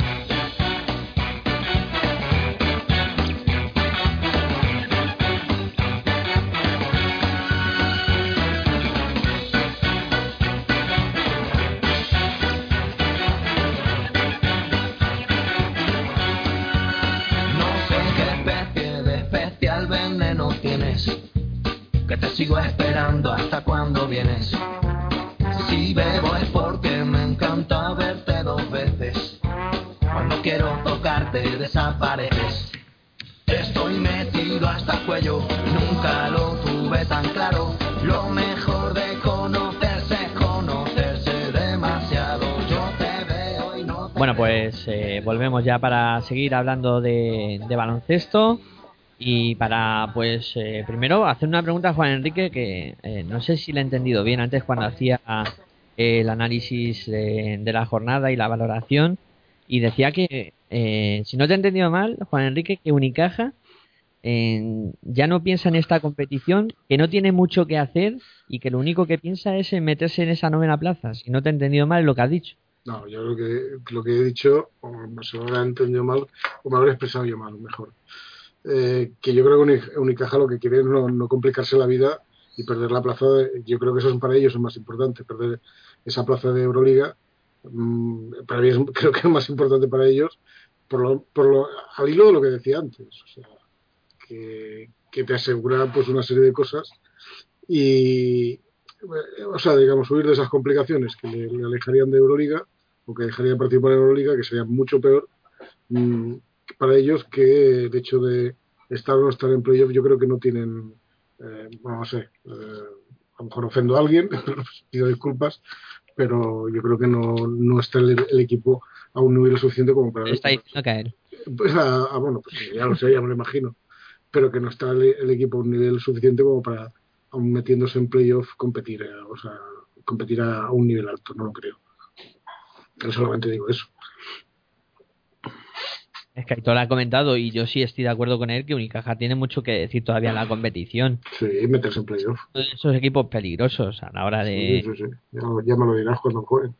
que te sigo esperando hasta cuando vienes. Si bebo es porque me encanta verte dos veces. Cuando quiero tocarte desapareces. Estoy metido hasta el cuello, nunca lo tuve tan claro. Lo mejor de conocerse es conocerse demasiado. Yo te veo y no te
Bueno, pues eh, volvemos ya para seguir hablando de, de baloncesto. Y para, pues, eh, primero hacer una pregunta a Juan Enrique que eh, no sé si le he entendido bien antes cuando hacía eh, el análisis de, de la jornada y la valoración. Y decía que, eh, si no te he entendido mal, Juan Enrique, que Unicaja eh, ya no piensa en esta competición, que no tiene mucho que hacer y que lo único que piensa es en meterse en esa novena plaza. Si no te he entendido mal, es lo que has dicho.
No, yo lo que, lo que he dicho, o no se me habrá entendido mal, o me habré expresado yo mal, mejor. Eh, que yo creo que Unicaja lo que quiere es no, no complicarse la vida y perder la plaza de, yo creo que eso es para ellos es más importante, perder esa plaza de Euroliga. Mmm, para mí es, creo que es más importante para ellos por lo, por lo, al hilo de lo que decía antes, o sea, que, que te asegura pues una serie de cosas y, o sea, digamos, huir de esas complicaciones que le, le alejarían de Euroliga o que dejarían de participar en Euroliga, que sería mucho peor mmm, para ellos que el hecho de estar o no estar en playoff. Yo creo que no tienen, eh, bueno, no sé, eh, a lo mejor ofendo a alguien, pido disculpas, pero yo creo que no, no está el, el equipo a un nivel suficiente como para...
Está diciendo caer.
Pues a, a, bueno, pues ya lo sé, ya me lo imagino, pero que no está el, el equipo a un nivel suficiente como para, aún metiéndose en playoff, competir, eh, o sea, competir a, a un nivel alto, no lo creo. Yo solamente digo eso.
Es que Aitor ha comentado, y yo sí estoy de acuerdo con él, que Unicaja tiene mucho que decir todavía en la competición.
Sí, meterse en playoff.
Esos equipos peligrosos a la hora de...
Sí, sí, sí. Ya, ya me lo dirás cuando jueguen.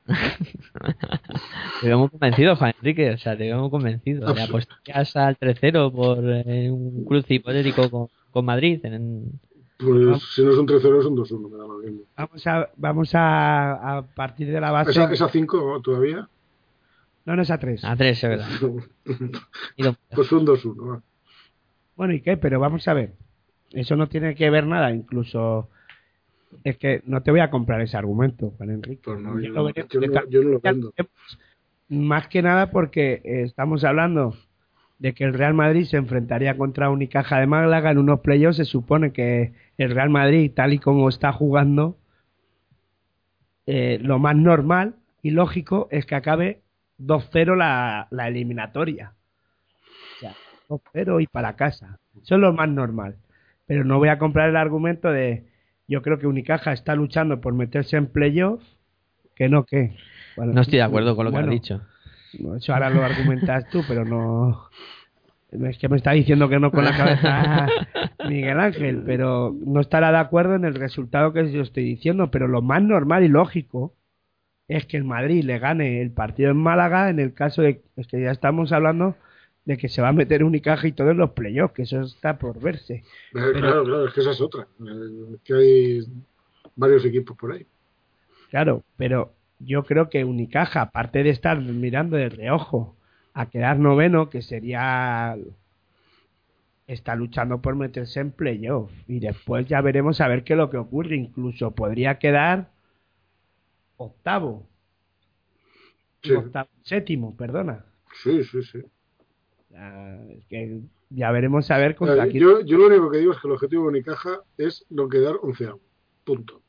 Te veo muy convencido, Juan Enrique, o sea, te veo muy convencido. Le apostarías al tres cero por eh, un cruce hipotético con, con Madrid. En...
Pues ¿no? Si no es un tres cero es un dos uno, me da lo mismo.
Vamos a, vamos a, a partir de la base...
¿Esa, esa cinco todavía?
No, no es a tres.
A tres, es verdad.
Pues un dos uno. ¿no?
Bueno, ¿y qué? Pero vamos a ver. Eso no tiene que ver nada, incluso... Es que no te voy a comprar ese argumento, Juan Enrique.
Pues no, yo,
yo,
no,
veré,
yo, no, yo no lo vendo.
Más que nada porque estamos hablando de que el Real Madrid se enfrentaría contra Unicaja de Málaga en unos playoffs. Se supone que el Real Madrid, tal y como está jugando, eh, lo más normal y lógico es que acabe dos cero la, la eliminatoria. O sea, dos cero y para casa. Eso es lo más normal. Pero no voy a comprar el argumento de... Yo creo que Unicaja está luchando por meterse en playoff, que no, que... Bueno,
no estoy de acuerdo con lo
bueno,
que has dicho.
Eso ahora lo argumentas tú, pero no... Es que me está diciendo que no con la cabeza Miguel Ángel, pero no estará de acuerdo en el resultado que yo estoy diciendo, pero lo más normal y lógico es que el Madrid le gane el partido en Málaga en el caso de es que ya estamos hablando de que se va a meter Unicaja y todo en los playoffs, que eso está por verse.
Eh,
Pero,
claro, claro, es que esa es otra. Eh, que hay varios equipos por ahí.
claro, pero yo creo que Unicaja, aparte de estar mirando de reojo a quedar noveno, que sería... está luchando por meterse en playoff. Y después ya veremos a ver qué es lo que ocurre. Incluso podría quedar octavo.
Sí.
Octavo, séptimo, perdona.
Sí, sí, sí.
Ya, es que ya veremos a ver contra
Eh,
quién.
yo, yo lo único que digo es que el objetivo de Unicaja es no quedar onceavo. Punto.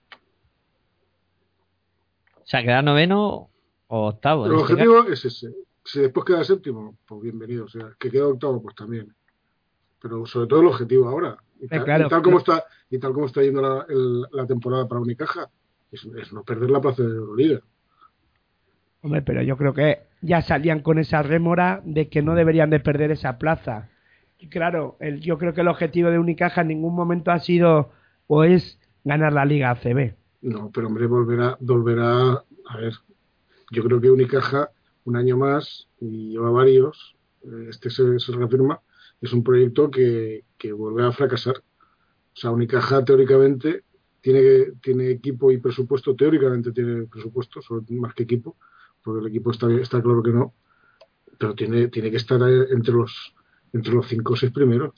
O sea, quedar noveno o octavo.
El
en este
objetivo es ese. Si después queda séptimo, pues bienvenido. O sea, que queda octavo, pues también. Pero sobre todo el objetivo ahora. Y tal,
Eh, claro,
y tal como está y tal como está yendo la, el- la temporada para Unicaja, es, es no perder la plaza de Euroliga.
Hombre, pero yo creo que ya salían con esa rémora de que no deberían de perder esa plaza. Y claro, el, yo creo que el objetivo de Unicaja en ningún momento ha sido o es ganar la Liga A C B.
No, pero hombre, volverá, volverá. A ver, yo creo que Unicaja, un año más, y lleva varios, eh, este se, se reafirma, es un proyecto que, que vuelve a fracasar. O sea, Unicaja teóricamente tiene, tiene equipo y presupuesto, teóricamente tiene presupuesto, sobre- más que equipo, porque el equipo está, está claro que no, pero tiene, tiene que estar eh, entre los entre los cinco o seis primeros.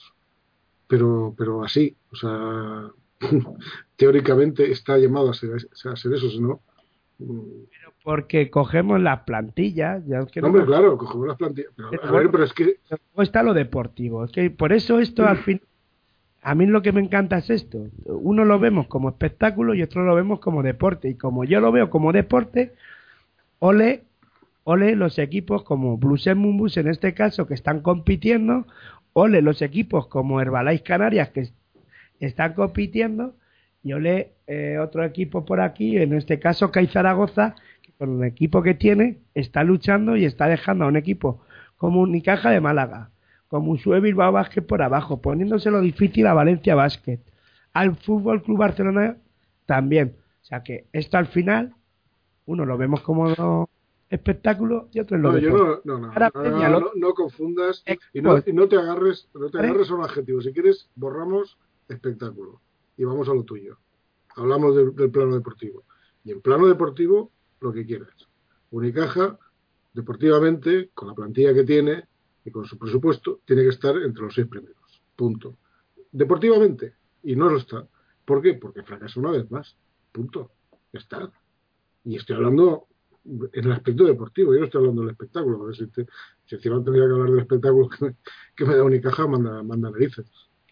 Pero, pero así, o sea, teóricamente está llamado a ser, a ser eso, si no. mm,
Porque cogemos las plantillas, ya es que
No,
no
hombre,
me-
claro, cogemos las plantillas. Pero,
Pero
a
bueno,
ver, pero es que
luego está lo deportivo. Es que por eso esto al fin, a mí lo que me encanta es esto. Uno lo vemos como espectáculo y otro lo vemos como deporte. Y como yo lo veo como deporte, ole, ole los equipos como Blues and Mumbus en este caso que están compitiendo, ole los equipos como Herbalife Canarias que es- están compitiendo y ole eh, otro equipo por aquí, en este caso CAI Zaragoza, que con el equipo que tiene está luchando y está dejando a un equipo como Unicaja de Málaga, como Usue Bilbao Basket por abajo, poniéndoselo difícil a Valencia Basket, al Fútbol Club Barcelona también. O sea que esto al final uno lo vemos como espectáculo y otro en lo
no, yo
deportivo.
no, no, no,
Ahora,
no,
Peña,
no,
lo-
no, no confundas y
Pues-
no, y no te agarres, no te
¿Vale?
agarres a un adjetivo. Si quieres, borramos espectáculo y vamos a lo tuyo. Hablamos del, del plano deportivo. Y en plano deportivo, lo que quieras. Unicaja, deportivamente, con la plantilla que tiene y con su presupuesto, tiene que estar entre los seis primeros. Punto. Deportivamente, y no lo está. ¿Por qué? Porque fracasa una vez más. Punto. Ya está. Y estoy hablando en el aspecto deportivo, yo no estoy hablando del espectáculo, porque si, te, si encima tendría que hablar del espectáculo que me, que me da Unicaja, manda, manda narices.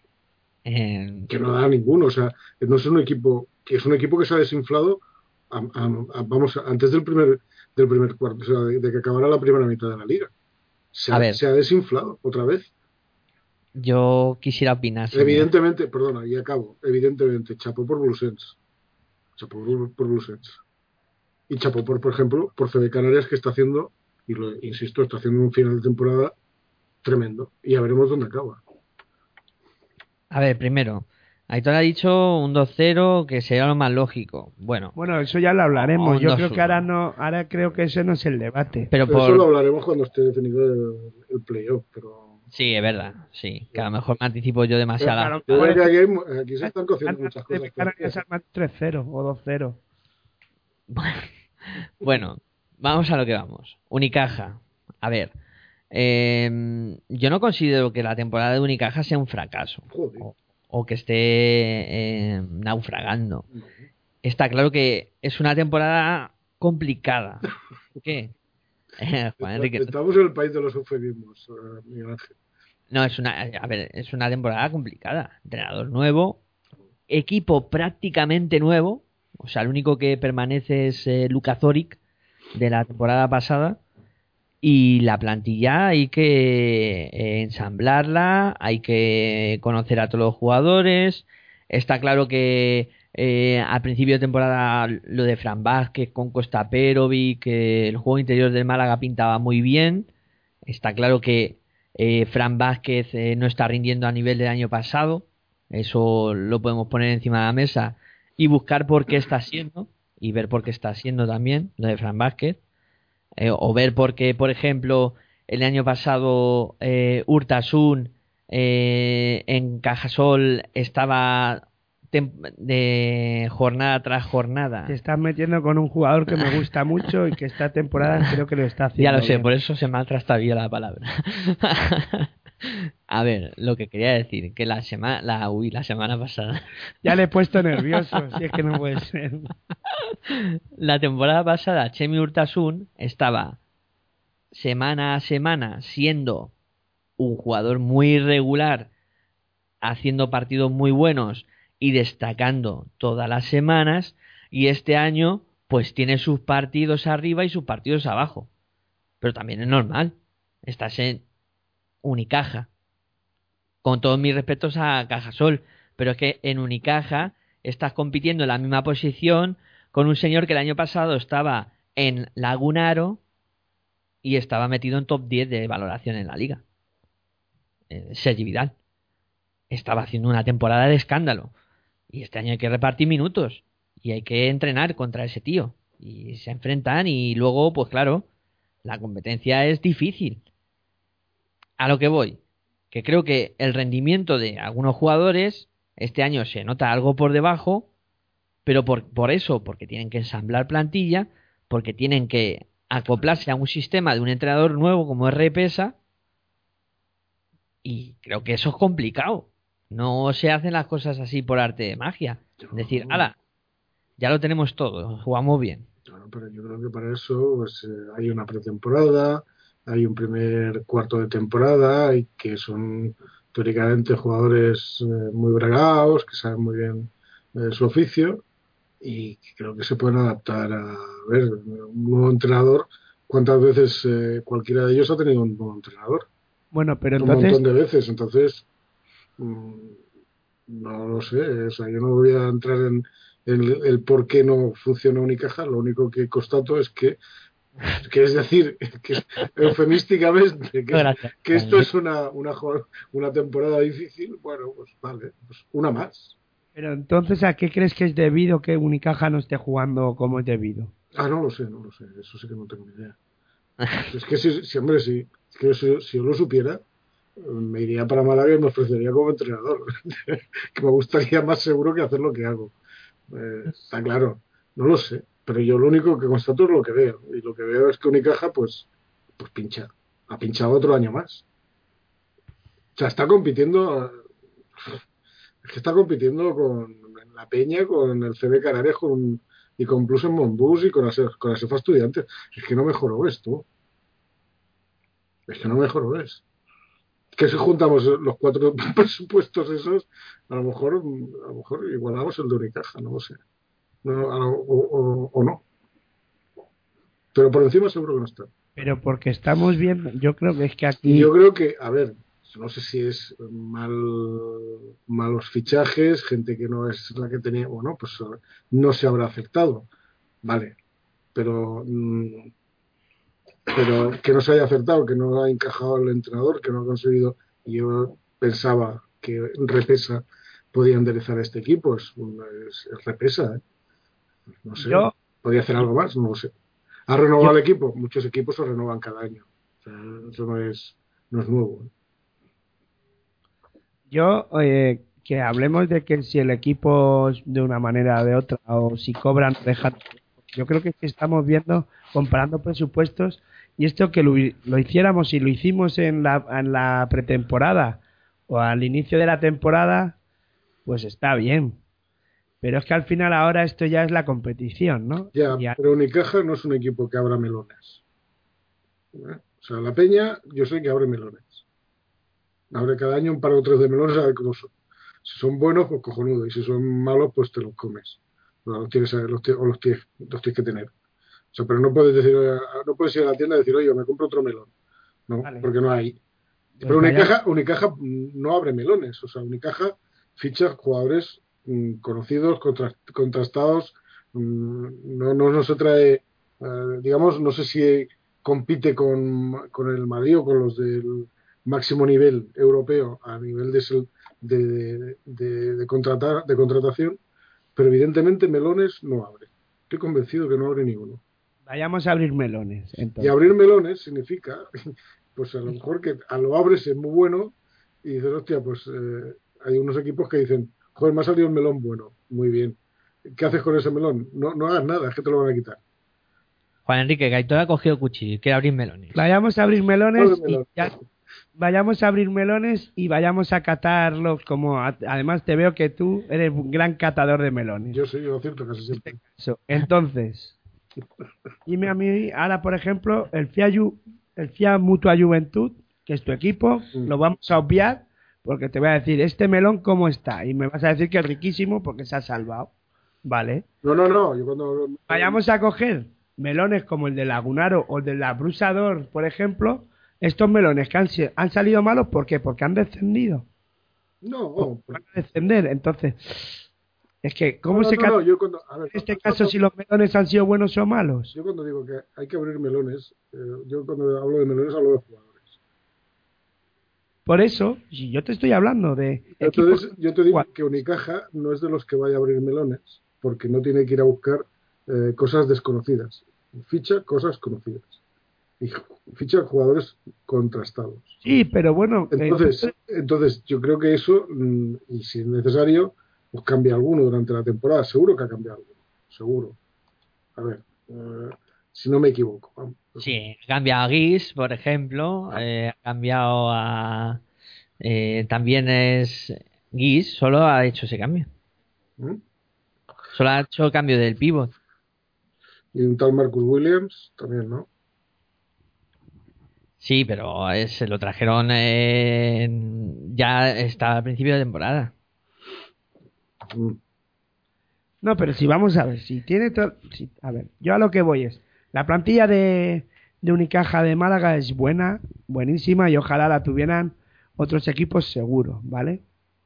Eh,
Que no da ninguno, o sea, no es un equipo, que es un equipo que se ha desinflado a- a- a- vamos, antes del primer del primer cuarto, o sea, de, de que acabara la primera mitad de la liga. Se
A
ha,
ver.
se ha desinflado otra vez.
yo quisiera opinar. si me-
Evidentemente, perdona, y acabo, evidentemente, chapó por Blusens. Chapó por, por Blusens. Y chapó por, por ejemplo, por C B Canarias, que está haciendo, y lo insisto, está haciendo un final de temporada tremendo. Y ya veremos dónde acaba.
A ver, primero, Aitor ha dicho un dos cero que sería lo más lógico. Bueno,
Bueno, eso ya lo hablaremos.
Un
Yo
dos
creo
uno.
que ahora no, ahora creo que ese no es el debate.
pero
Pero eso lo
por...
hablaremos cuando esté definido el, el playoff, pero...
Sí, es verdad, sí. Que a lo mejor me anticipo yo demasiado.
Claro.
Yo creo que aquí, hay- aquí se están cociendo muchas
C B
cosas.
Canarias arma tres cero o dos cero.
Bueno, vamos a lo que vamos. Unicaja. A ver, eh, yo no considero que la temporada de Unicaja sea un fracaso
Joder.
o, o que esté eh, naufragando. Está claro que es una temporada complicada. ¿Por qué? Eh, Juan Enrique,
Estamos en el país de los eufemismos, eh, Miguel Ángel.
no, es una, a ver, es una temporada complicada. Entrenador nuevo, equipo prácticamente nuevo. O sea, el único que permanece es eh, Luka Zoric de la temporada pasada. Y la plantilla hay que eh, ensamblarla, hay que conocer a todos los jugadores. Está claro que eh, al principio de temporada lo de Fran Vázquez con Costa Perovic, que el juego interior del Málaga pintaba muy bien. Está claro que Eh, Fran Vázquez eh, no está rindiendo a nivel del año pasado. Eso lo podemos poner encima de la mesa y buscar por qué está siendo y ver por qué está siendo también lo de Fran Vázquez. Eh, o ver por qué, por ejemplo, el año pasado eh, Urtasun eh, en Cajasol estaba tem- de jornada tras jornada.
Te estás metiendo con un jugador que me gusta mucho y que esta temporada creo que lo está haciendo
Ya lo sé,
bien.
por eso se me ha trastabillado la palabra. A ver, lo que quería decir, que la semana, la, uy, la semana pasada,
Ya le he puesto nervioso, si es que no puede ser.
la temporada pasada, Chemi Urtasun estaba semana a semana siendo un jugador muy irregular, haciendo partidos muy buenos y destacando todas las semanas, y este año pues tiene sus partidos arriba y sus partidos abajo. Pero también es normal. Estás en Unicaja. Con todos mis respetos a Cajasol, pero es que en Unicaja estás compitiendo en la misma posición con un señor que el año pasado estaba en Lagunaro y estaba metido en top diez de valoración en la liga. Eh, Sergi Vidal. Estaba haciendo una temporada de escándalo. Y este año hay que repartir minutos. Y hay que entrenar contra ese tío. Y se enfrentan y luego, pues claro, la competencia es difícil. A lo que voy, que creo que el rendimiento de algunos jugadores este año se nota algo por debajo, pero por, por eso, porque tienen que ensamblar plantilla, porque tienen que acoplarse a un sistema de un entrenador nuevo como es Repesa, y creo que eso es complicado. No se hacen las cosas así por arte de magia. Es decir, ala, ya lo tenemos todo, jugamos bien.
Claro, pero yo creo que para eso pues, eh, hay una pretemporada, hay un primer cuarto de temporada, y que son teóricamente jugadores eh, muy bragados, que saben muy bien eh, su oficio, y que creo que se pueden adaptar a, a ver, un nuevo entrenador. ¿Cuántas veces eh, cualquiera de ellos ha tenido un nuevo entrenador?
Bueno, pero
Un
entonces,
montón de veces, entonces mm, no lo sé, o sea, yo no voy a entrar en, en el, el por qué no funciona Unicaja. Lo único que constato es que, que es decir, que eufemísticamente, que,
Gracias.
que esto es una, una, jo- una temporada difícil. Bueno, pues vale, pues una más.
pero entonces ¿a qué crees que es debido que Unicaja no esté jugando como es debido?
Ah, no lo sé, no lo sé, eso sí que no tengo ni idea. Es que si, si hombre, si, es que si, si yo lo supiera, me iría para Málaga y me ofrecería como entrenador, que me gustaría más seguro que hacer lo que hago. Eh, está claro, no lo sé, pero yo lo único que constato es lo que veo, y lo que veo es que Unicaja pues, pues pincha, ha pinchado otro año más. O sea, está compitiendo, es que está compitiendo con la Peña, con el C B Canarias, con, y con Plus en Monbus y con la, con la Sefa Estudiantes. Es que no mejoró esto, es que no mejoró es. Que si juntamos los cuatro presupuestos esos, a lo mejor, a lo mejor igualamos el de Unicaja, no lo sé. No, a lo- o, o- o no. Pero por encima seguro que no está.
Pero porque estamos viendo, yo creo que es que
Y
aquí,
yo creo que, a ver, no sé si es mal, malos fichajes, gente que no es la que tenía, bueno, pues no se habrá aceptado, vale, pero, mm, pero que no se haya acertado, que no ha encajado el entrenador, que no ha conseguido. Y yo pensaba que Repesa podía enderezar a este equipo, es, es, es Repesa, ¿eh? No sé,
yo,
podía hacer algo más, no lo sé. ¿Ha renovado
yo
el equipo? Muchos equipos se renuevan cada año. O sea, eso no es, no es nuevo, ¿eh?
Yo, eh, que hablemos de que si el equipo es de una manera o de otra, o si cobran, dejan. Yo creo que estamos viendo, comparando presupuestos, y esto que lo, lo hiciéramos, si lo hicimos en la, en la pretemporada o al inicio de la temporada, pues está bien. Pero es que al final ahora esto ya es la competición, ¿no?
Ya,
Y a-
pero Unicaja no es un equipo que abra melones, ¿eh? O sea, la Peña, yo sé que abre melones. Abre cada año un par o tres de melones a ver cómo son. Si son buenos, pues cojonudo. Y si son malos, pues te los comes. No, los tienes, los, tie- o los tienes, los tienes que tener. O sea, pero no puedes decir, eh, no puedes ir a la tienda y decir, oye, me compro otro melón. No,
Vale.
porque no hay.
pues
Pero
vaya-
Unicaja, Unicaja mm, no abre melones. O sea, Unicaja ficha jugadores mm, conocidos, contra- contrastados. Mm, no, no, no se trae, eh, digamos, no sé si compite con, con el Madrid o con los del máximo nivel europeo a nivel de, sel- de, de, de, de contratar, de contratación, pero evidentemente melones no abre. Estoy convencido que no abre ninguno.
Vayamos a abrir melones,
Y
entonces.
abrir melones significa, pues a lo mejor que a lo abres es muy bueno y dices, hostia, pues eh, hay unos equipos que dicen, joder, me ha salido un melón bueno, muy bien. ¿Qué haces con ese melón? No, no hagas nada, es que te lo van a quitar.
Juan Enrique, Gaitón ha cogido cuchillo y quiere abrir melones.
Vayamos a abrir melones
Abre
y
melón.
ya, vayamos a abrir melones y vayamos a catarlos como a- además te veo que tú eres un gran catador de melones.
Yo sí, yo acierto casi siempre.
Eso. Entonces, dime a mí ahora, por ejemplo, el F I A, Ju- el F I A Mutua Juventud, que es tu equipo,
Mm.
lo vamos a obviar porque te voy a decir, este melón cómo está, y me vas a decir que es riquísimo porque se ha salvado, ¿vale?
No, no, no, yo cuando...
Vayamos a coger melones como el de Lagunaro o el de la Brusador, por ejemplo, estos melones que han, si- han salido malos, ¿por qué? Porque han descendido.
No,
Van a descender, entonces, es que, ¿cómo
no, no,
se
no,
cata-
no, yo cuando... A ver,
en este
cuando-
caso si los melones han sido buenos o malos?
Yo cuando digo que hay que abrir melones, eh, yo cuando hablo de melones hablo de jugadores.
Por eso, si yo te estoy hablando de
Entonces,
equipos-
yo te digo
¿Cuál?
que Unicaja no es de los que vaya a abrir melones, porque no tiene que ir a buscar eh, cosas desconocidas. Ficha cosas conocidas. Y ju- ficha jugadores contrastados.
Sí, pero bueno, eh,
Entonces, entonces yo creo que eso, mm, y si es necesario, pues cambia alguno durante la temporada. Seguro que ha cambiado alguno. Seguro. A ver, eh, si no me equivoco. Vamos.
Sí, ha cambiado a Guis, por ejemplo. eh, ha cambiado a. eh, también es. Guis solo ha hecho ese cambio.
¿Mm?
Solo ha hecho cambio del pivot.
Y un tal Marcus Williams también, ¿no?
Sí, pero eh, se lo trajeron. eh, ya está al principio de temporada.
Mm.
no, pero si vamos a ver, si tiene to- si- a ver, yo a lo que voy es, la plantilla de, de Unicaja de Málaga es buena, buenísima, y ojalá la tuvieran otros equipos seguro, ¿vale?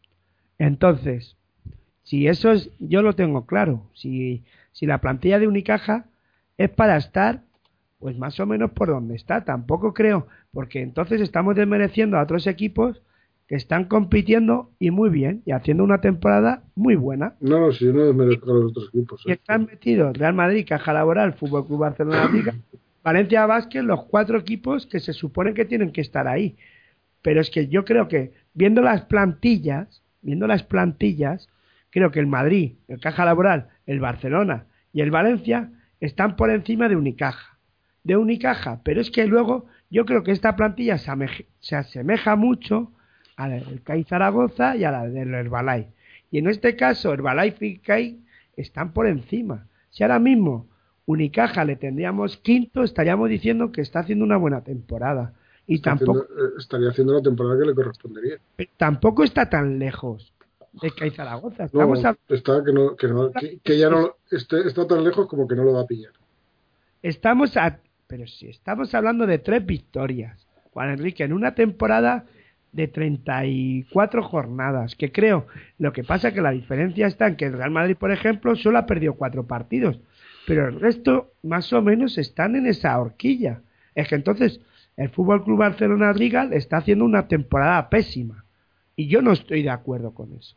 Entonces, si eso es, yo lo tengo claro, si, si la plantilla de Unicaja es para estar, pues más o menos por donde está, tampoco creo, porque entonces estamos desmereciendo a otros equipos que están compitiendo y muy bien, y haciendo una temporada muy buena.
No, no, si yo no desmerezco a los otros equipos.
Y
¿eh?
están metidos Real Madrid, Caja Laboral, Fútbol Club Barcelona, Liga, Valencia Basket, los cuatro equipos que se supone que tienen que estar ahí. Pero es que yo creo que, viendo las plantillas, viendo las plantillas, creo que el Madrid, el Caja Laboral, el Barcelona y el Valencia están por encima de Unicaja. De Unicaja, pero es que luego yo creo que esta plantilla se, ameje- se asemeja mucho a la del C A I Zaragoza y a la del Herbalife. Y en este caso, Herbalife y C A I están por encima. Si ahora mismo Unicaja le tendríamos quinto, estaríamos diciendo que está haciendo una buena temporada. Y
Está
tampoco,
haciendo- eh, estaría haciendo la temporada que le correspondería.
tampoco está tan lejos de C A I Zaragoza.
No,
Estamos, a-
está que, no, que, no- que- que ya no lo- esté- está tan lejos como que no lo va a pillar.
estamos a, pero si estamos hablando de tres victorias, Juan Enrique, en una temporada de treinta y cuatro jornadas, que creo, lo que pasa que la diferencia está en que el Real Madrid, por ejemplo, solo ha perdido cuatro partidos, pero el resto más o menos están en esa horquilla. Es que entonces el Fútbol Club Barcelona Liga está haciendo una temporada pésima, y yo no estoy de acuerdo con eso.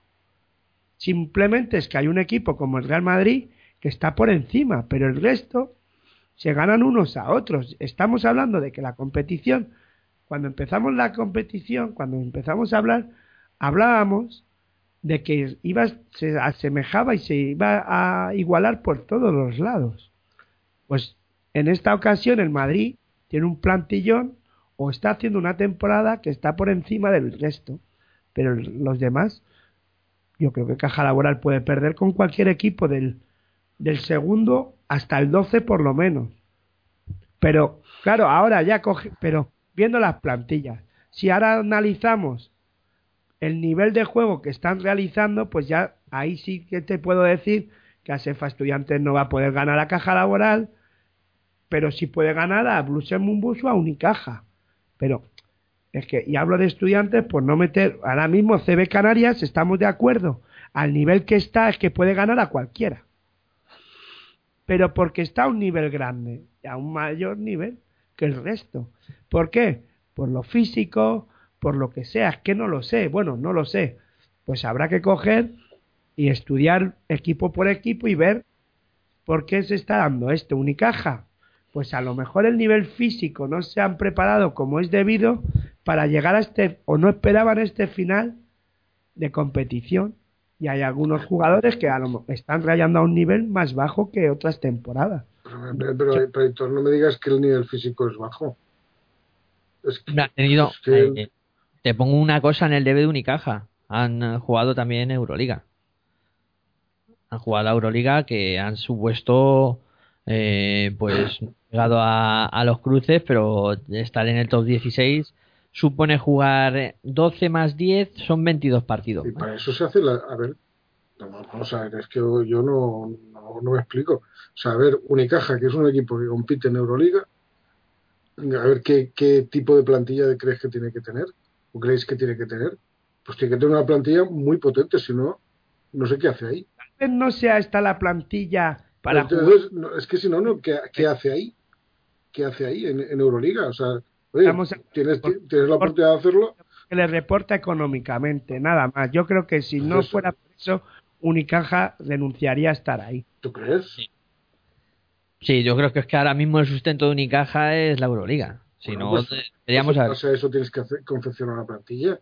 Simplemente es que hay un equipo como el Real Madrid que está por encima, pero el resto se ganan unos a otros. Estamos hablando de que la competición, cuando empezamos la competición, cuando empezamos a hablar, hablábamos de que iba, se asemejaba y se iba a igualar por todos los lados. Pues en esta ocasión el Madrid tiene un plantillón o está haciendo una temporada que está por encima del resto, pero los demás, yo creo que Caja Laboral puede perder con cualquier equipo del, del segundo hasta el doce por lo menos. Pero, claro, ahora ya coge, pero viendo las plantillas, si ahora analizamos el nivel de juego que están realizando, pues ya ahí sí que te puedo decir que Asefa Estudiantes no va a poder ganar a Caja Laboral, pero sí puede ganar a Blues Mumbus o a Unicaja. Pero es que, y hablo de Estudiantes por no meter, ahora mismo C B Canarias, estamos de acuerdo, al nivel que está es que puede ganar a cualquiera. Pero porque está a un nivel grande, a un mayor nivel que el resto. ¿Por qué? Por lo físico, por lo que sea, es que no lo sé, bueno, no lo sé, pues habrá que coger y estudiar equipo por equipo y ver por qué se está dando esto. Unicaja, pues a lo mejor el nivel físico no se han preparado como es debido para llegar a este, o no esperaban este final de competición, y hay algunos jugadores que a lo, están rayando a un nivel más bajo que otras temporadas.
Pero, pero, pero Héctor, no me digas que el nivel físico es bajo. Es que,
Ha tenido,
es que
eh, te pongo una cosa en el debe de Unicaja. Han eh, jugado también Euroliga. Han jugado a Euroliga, que han supuesto eh, pues llegado a, a los cruces, pero estar en el top dieciséis supone jugar doce más diez, son veintidós partidos.
Y para eso se hace la... A ver, no, vamos a ver, es que yo, yo no, no, no me explico. O sea, a ver, Unicaja, que es un equipo que compite en Euroliga, a ver qué, qué tipo de plantilla crees que tiene que tener, o creéis que tiene que tener. Pues tiene que tener una plantilla muy potente, si no, no sé qué hace ahí.
Tal vez no sea esta la plantilla para
Entonces, no, es que si no, no ¿qué, qué hace ahí? ¿Qué hace ahí en, en Euroliga? O sea, oye,
Estamos en-
tienes, tienes la oportunidad de hacerlo.
que le reporta económicamente, nada más. Yo creo que si no
Eso.
fuera por eso, Unicaja renunciaría a estar ahí.
¿Tú crees?
Sí. Sí, yo creo que es que ahora mismo el sustento de Unicaja es la Euroliga. Si
Bueno,
no,
pues,
deberíamos
pues,
haber...
o sea, eso tienes que hacer, confeccionar una plantilla.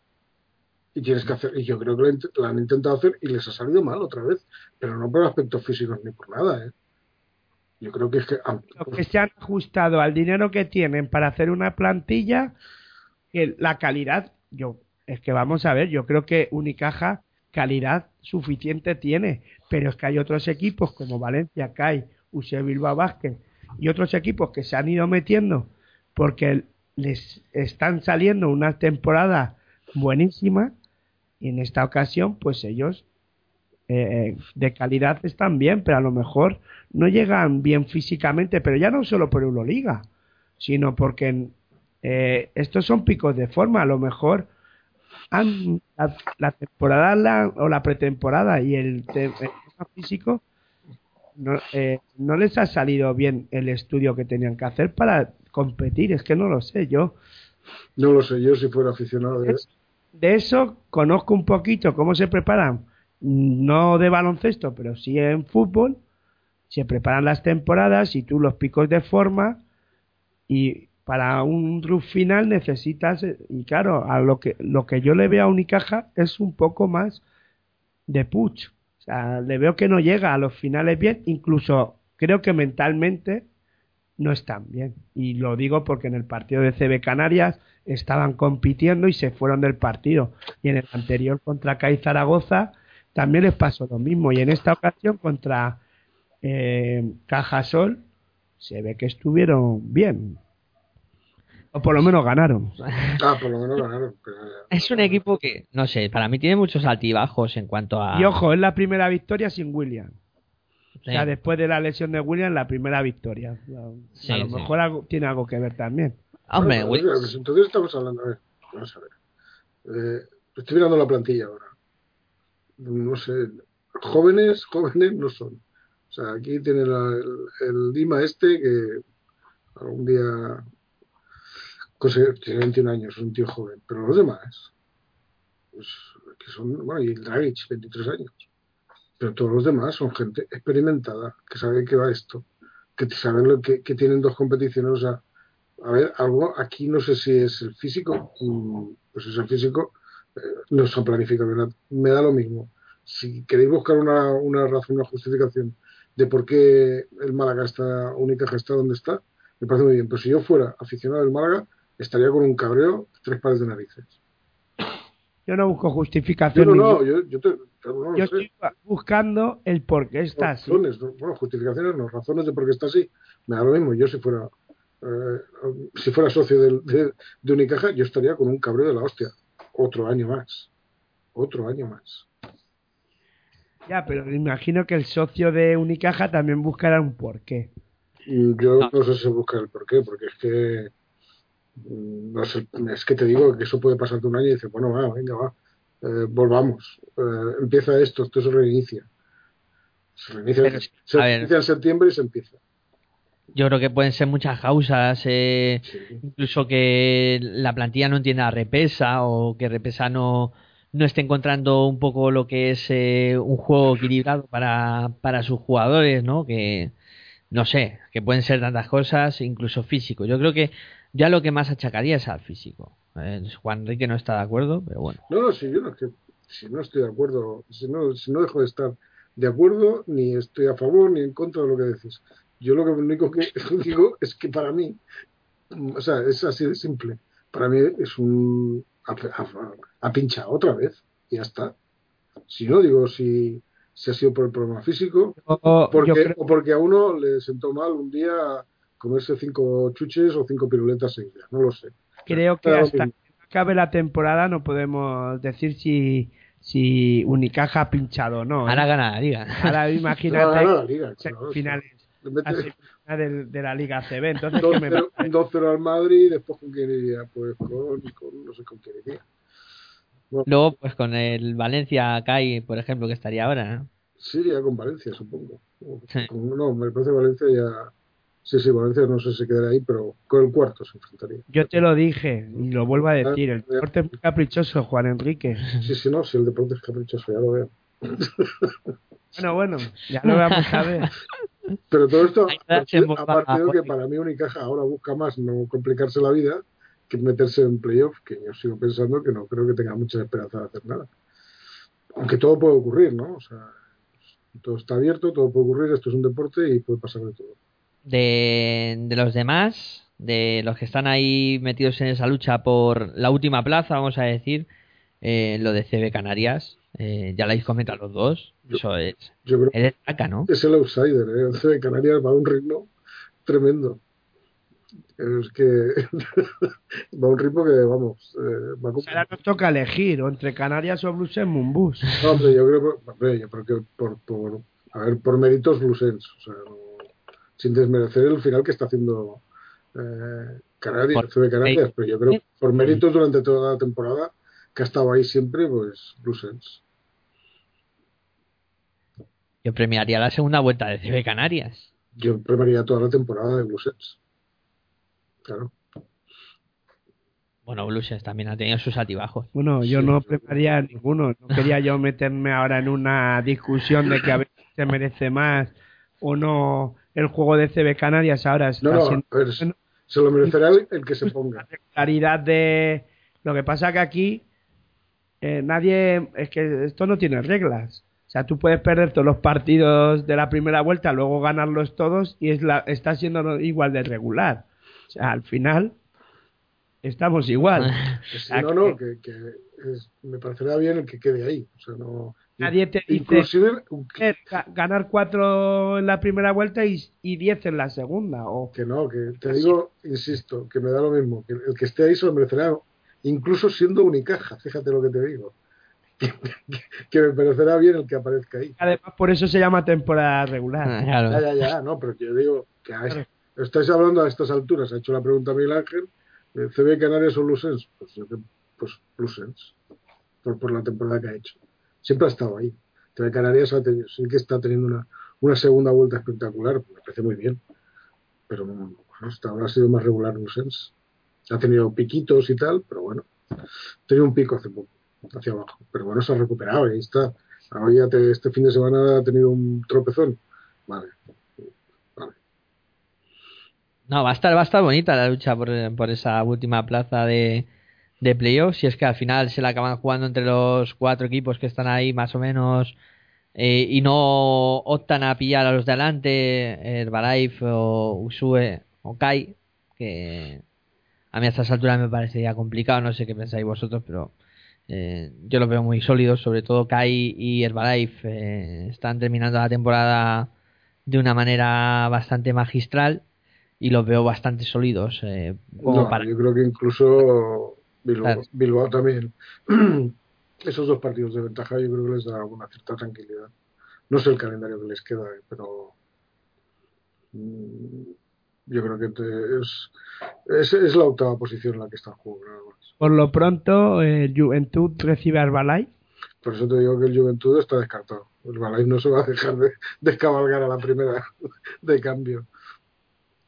Y tienes que hacer, y yo creo que la, int- la han intentado hacer y les ha salido mal otra vez, pero no por aspectos físicos ni por nada, ¿eh? Yo creo que es que ah,
Lo que se han ajustado al dinero que tienen para hacer una plantilla, que la calidad, yo es que vamos a ver, yo creo que Unicaja calidad suficiente tiene, pero es que hay otros equipos como Valencia, C A I, U S E Bilbao Basket y otros equipos que se han ido metiendo porque les están saliendo unas temporadas buenísimas, y en esta ocasión pues ellos eh, de calidad están bien, pero a lo mejor no llegan bien físicamente, pero ya no solo por Euroliga, sino porque eh, estos son picos de forma. A lo mejor han, la, la temporada la, o la pretemporada y el, te, el tema físico no, eh, no les ha salido bien el estudio que tenían que hacer para competir. Es que no lo sé, yo
no lo sé, yo si fuera aficionado de...
de eso conozco un poquito cómo se preparan, no de baloncesto, pero sí en fútbol. Se preparan las temporadas y tú los picos de forma, y para un draft final necesitas, y claro, a lo que lo que yo le veo a Unicaja es un poco más de push. O sea, le veo que no llega a los finales bien, incluso creo que mentalmente no están bien. Y lo digo porque en el partido de C B Canarias estaban compitiendo y se fueron del partido. Y en el anterior contra C A I Zaragoza también les pasó lo mismo. Y en esta ocasión contra eh, Cajasol se ve que estuvieron bien. O por lo menos ganaron.
Ah, por lo menos ganaron. Pero...
Es un equipo que, no sé, para mí tiene muchos altibajos en cuanto a...
Y ojo, es la primera victoria sin William.
Sí.
O sea, después de la lesión de William, la primera victoria. A
Sí,
lo
sí.
mejor algo, tiene algo que ver también.
Hombre,
Bueno,
Will-
pues entonces estamos hablando, a ver, vamos a ver. Eh, estoy mirando la plantilla ahora. No sé, jóvenes, jóvenes no son. O sea, aquí tiene la- el, el Lima este que algún día consigue- tiene veintiún años, es un tío joven, pero los demás, pues, que son, bueno, y el Dragic, veintitrés años. Pero todos los demás son gente experimentada, que sabe de qué va esto, que saben lo que, que tienen dos competiciones. O sea, a ver, algo aquí no sé si es el físico, mm, pues si es el físico, eh, no se han planificado bien. Me da lo mismo. Si queréis buscar una, una razón, una justificación de por qué el Málaga está, Unicaja está donde está, me parece muy bien. Pero si yo fuera aficionado del Málaga, estaría con un cabreo, tres pares de narices.
Yo no busco
Yo
justificación.
no,
ninguna.
no, yo, yo, te, claro, no lo
Yo
sé.
estoy buscando el por qué está así.
Razones, no, bueno, justificaciones no, razones de por qué está así. Me da lo mismo. Yo si fuera eh, si fuera socio de, de, de Unicaja, yo estaría con un cabreo de la hostia. Otro año más. Otro año más.
Ya, pero me imagino que el socio de Unicaja también buscará un porqué.
Yo no sé si buscar el por qué, porque es que no sé, es que te digo que eso puede pasarte un año y dices, bueno, va, venga, va, eh, volvamos, eh, empieza esto, esto se reinicia. Se reinicia,
Pero,
se
a ver.
reinicia en septiembre y se empieza.
Yo creo que pueden ser muchas causas, eh,
Sí.
incluso que la plantilla no entienda a Repesa o que Repesa no, no esté encontrando un poco lo que es eh, un juego equilibrado para, para sus jugadores, ¿no? Que no sé, que pueden ser tantas cosas, incluso físico. Yo creo que ya lo que más achacaría es al físico. Eh, Juan Enrique no está de acuerdo, pero bueno.
No, no, si yo no, es que, si no estoy de acuerdo, si no, si no dejo de estar de acuerdo, ni estoy a favor ni en contra de lo que decís. Yo lo que único que digo es que para mí, o sea, es así de simple. Para mí es un a, a, a pincha otra vez y ya está. Si no, digo, si, si ha sido por el problema físico,
Yo,
porque,
yo creo
o porque a uno le sentó mal un día comerse cinco chuches o cinco piruletas seguidas, no lo sé.
creo que
Pero
hasta que acabe la temporada no podemos decir si, si Unicaja ha pinchado o no. ¿eh?
Ahora gana la liga.
Ahora
no,
imagínate
no, la liga, claro,
finales
en vez de
de, de la Liga C B. Entonces, ¿qué me
dos
parece?
cero al Madrid y después con quién iría, pues con, con no sé con quién iría. Bueno,
Luego, pues con el Valencia Kai, por ejemplo, que estaría ahora, ¿no?
sí, ya con Valencia, supongo. O
Sí.
con- no, me parece Valencia ya. Sí, sí, Valencia no sé si quedará ahí, pero con el cuarto se enfrentaría.
Yo te lo dije y lo vuelvo a decir. El
Ah,
deporte es muy caprichoso, Juan Enrique.
Sí, sí, no, si el deporte es caprichoso, ya lo veo.
Bueno, bueno, ya lo vamos a ver.
Pero todo esto
Hay que
ha
darse en
partido, ha
boca
partido
a-
que para mí Unicaja ahora busca más no complicarse la vida que meterse en playoff, que yo sigo pensando que no creo que tenga mucha esperanza de hacer nada. Aunque todo puede ocurrir, ¿no? O sea, todo está abierto, todo puede ocurrir, esto es un deporte y puede pasar de todo.
De, de los demás, de los que están ahí metidos en esa lucha por la última plaza, vamos a decir, eh, lo de C B Canarias, eh, ya lo habéis comentado los dos,
Yo,
eso es,
yo creo
es destaca, ¿no?
que es el outsider, ¿eh? El C B Canarias va a un ritmo tremendo. Es que va a un ritmo que, vamos, eh, va como...
Ahora nos toca elegir o entre Canarias o Blues en Mumbus.
No, hombre, yo creo que, hombre, yo creo que por, por, a ver, por méritos Blusens, o sea, no- sin desmerecer el final que está haciendo eh, Canarias,
Por-
C B Canarias, pero yo creo que por méritos durante toda la temporada que ha estado ahí siempre, pues Blusens.
Yo premiaría la segunda vuelta de C B Canarias.
Yo premiaría toda la temporada de Blusens. Claro.
Bueno, Blues también ha tenido sus altibajos.
Bueno, yo
Sí.
no prepararía ninguno. No quería yo meterme ahora en una discusión de que a ver si se merece más o no el juego de C B Canarias. Ahora está
No, no,
siendo
a ver,
bueno,
se lo merecerá el, el que se
la
ponga.
regularidad de... Lo que pasa que aquí eh, nadie... Es que esto no tiene reglas. O sea, tú puedes perder todos los partidos de la primera vuelta, luego ganarlos todos y es la, está siendo igual de regular. O sea, al final estamos igual.
Que sí,
Ah,
no, no, que, que es- me parecerá bien el que quede ahí. O sea, no.
Nadie te dice
Inclusive,
eh, ga- ganar cuatro en la primera vuelta y, y diez en la segunda. O
que no, que te digo, insisto, que me da lo mismo. Que el que esté ahí se lo merecerá, incluso siendo Unicaja, fíjate lo que te digo. Que, que me parecerá bien el que aparezca ahí.
además por eso se llama temporada regular.
Claro.
Ya, ya, ya, no, pero yo digo que a es- estáis hablando a estas alturas. Ha hecho la pregunta Miguel Ángel: eh, ¿C B Canarias o Blusens? Pues, yo que- pues Blusens, por, por la temporada que ha hecho. Siempre ha estado ahí. C B Canarias ha tenido- sí que está teniendo una, una segunda vuelta espectacular, me parece muy bien. Pero bueno, hasta ahora ha sido más regular Blusens. Ha tenido piquitos y tal, pero bueno, ha tenido un pico hace poco, hacia abajo. Pero bueno, se ha recuperado y ahí está. Ahora ya te- este fin de semana ha tenido un tropezón. Vale. Vale.
No, va a estar, va a estar bonita la lucha por, por esa última plaza de, de playoffs. Si es que al final se la acaban jugando entre los cuatro equipos que están ahí más o menos eh, y no optan a pillar a los de adelante, Herbalife o Usue o Kai, que a mí a estas alturas me parecería complicado. No sé qué pensáis vosotros, pero eh, yo los veo muy sólidos. Sobre todo Kai y Herbalife eh, están terminando la temporada de una manera bastante magistral y los veo bastante sólidos eh, como
No,
para
yo creo que incluso Bilbao,
Claro.
Bilbao también. Esos dos partidos de ventaja yo creo que les da una cierta tranquilidad. No sé el calendario que les queda, eh, pero mm, yo creo que te- es, es, es la octava posición en la que están jugando. Nada más.
Por lo pronto, eh, Juventud recibe a Herbalife.
Por eso te digo que el Juventud está descartado. El Balay no se va a dejar de descabalgar a la primera de cambio.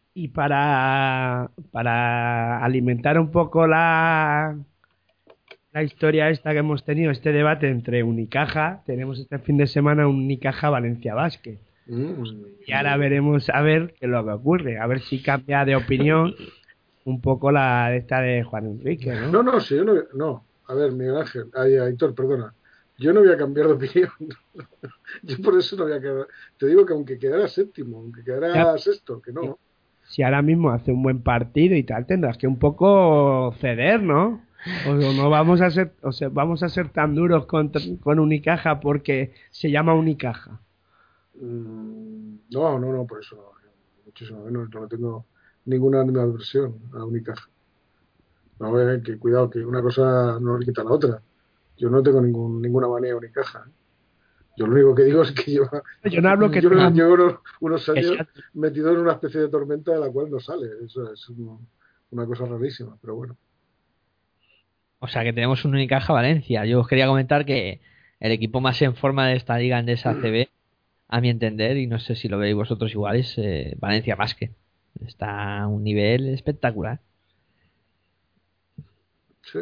Y para, para alimentar un poco la, la historia esta que hemos tenido, este debate entre Unicaja, tenemos este fin de semana un Unicaja Valencia Basket.
Mm.
Y ahora veremos a ver qué es lo que ocurre, a ver si cambia de opinión un poco la esta de Juan Enrique, ¿no?
No, no, sí, yo no, no. A ver, Miguel Ángel, ay, Aitor, perdona. Yo no voy a cambiar de opinión. Yo por eso no voy a quedar. Te digo que aunque quedara séptimo, aunque quedara
Ya.
sexto, que no.
Si ahora mismo hace un buen partido y tal, tendrás que un poco ceder, ¿no? O no vamos a ser, o sea, vamos a ser tan duros con, con Unicaja porque se llama Unicaja.
Mm, No, no, no, por eso no. Muchísimo menos, no tengo ninguna adversión a Unicaja. No, eh, que cuidado, que una cosa no le quita a la otra. Yo no tengo ningún, ninguna manía a Unicaja. ¿eh? Yo lo único que digo es que lleva,
Yo no hablo que
yo
tenga-
llevo unos, unos años
Exacto.
metido en una especie de tormenta de la cual no sale. Eso es un- una cosa rarísima, pero bueno.
O sea que tenemos un Unicaja Valencia. Yo os quería comentar que el equipo más en forma de esta liga Endesa A C B, a mi entender, y no sé si lo veis vosotros igual, es eh, Valencia Basket. Está a un nivel espectacular.
Sí.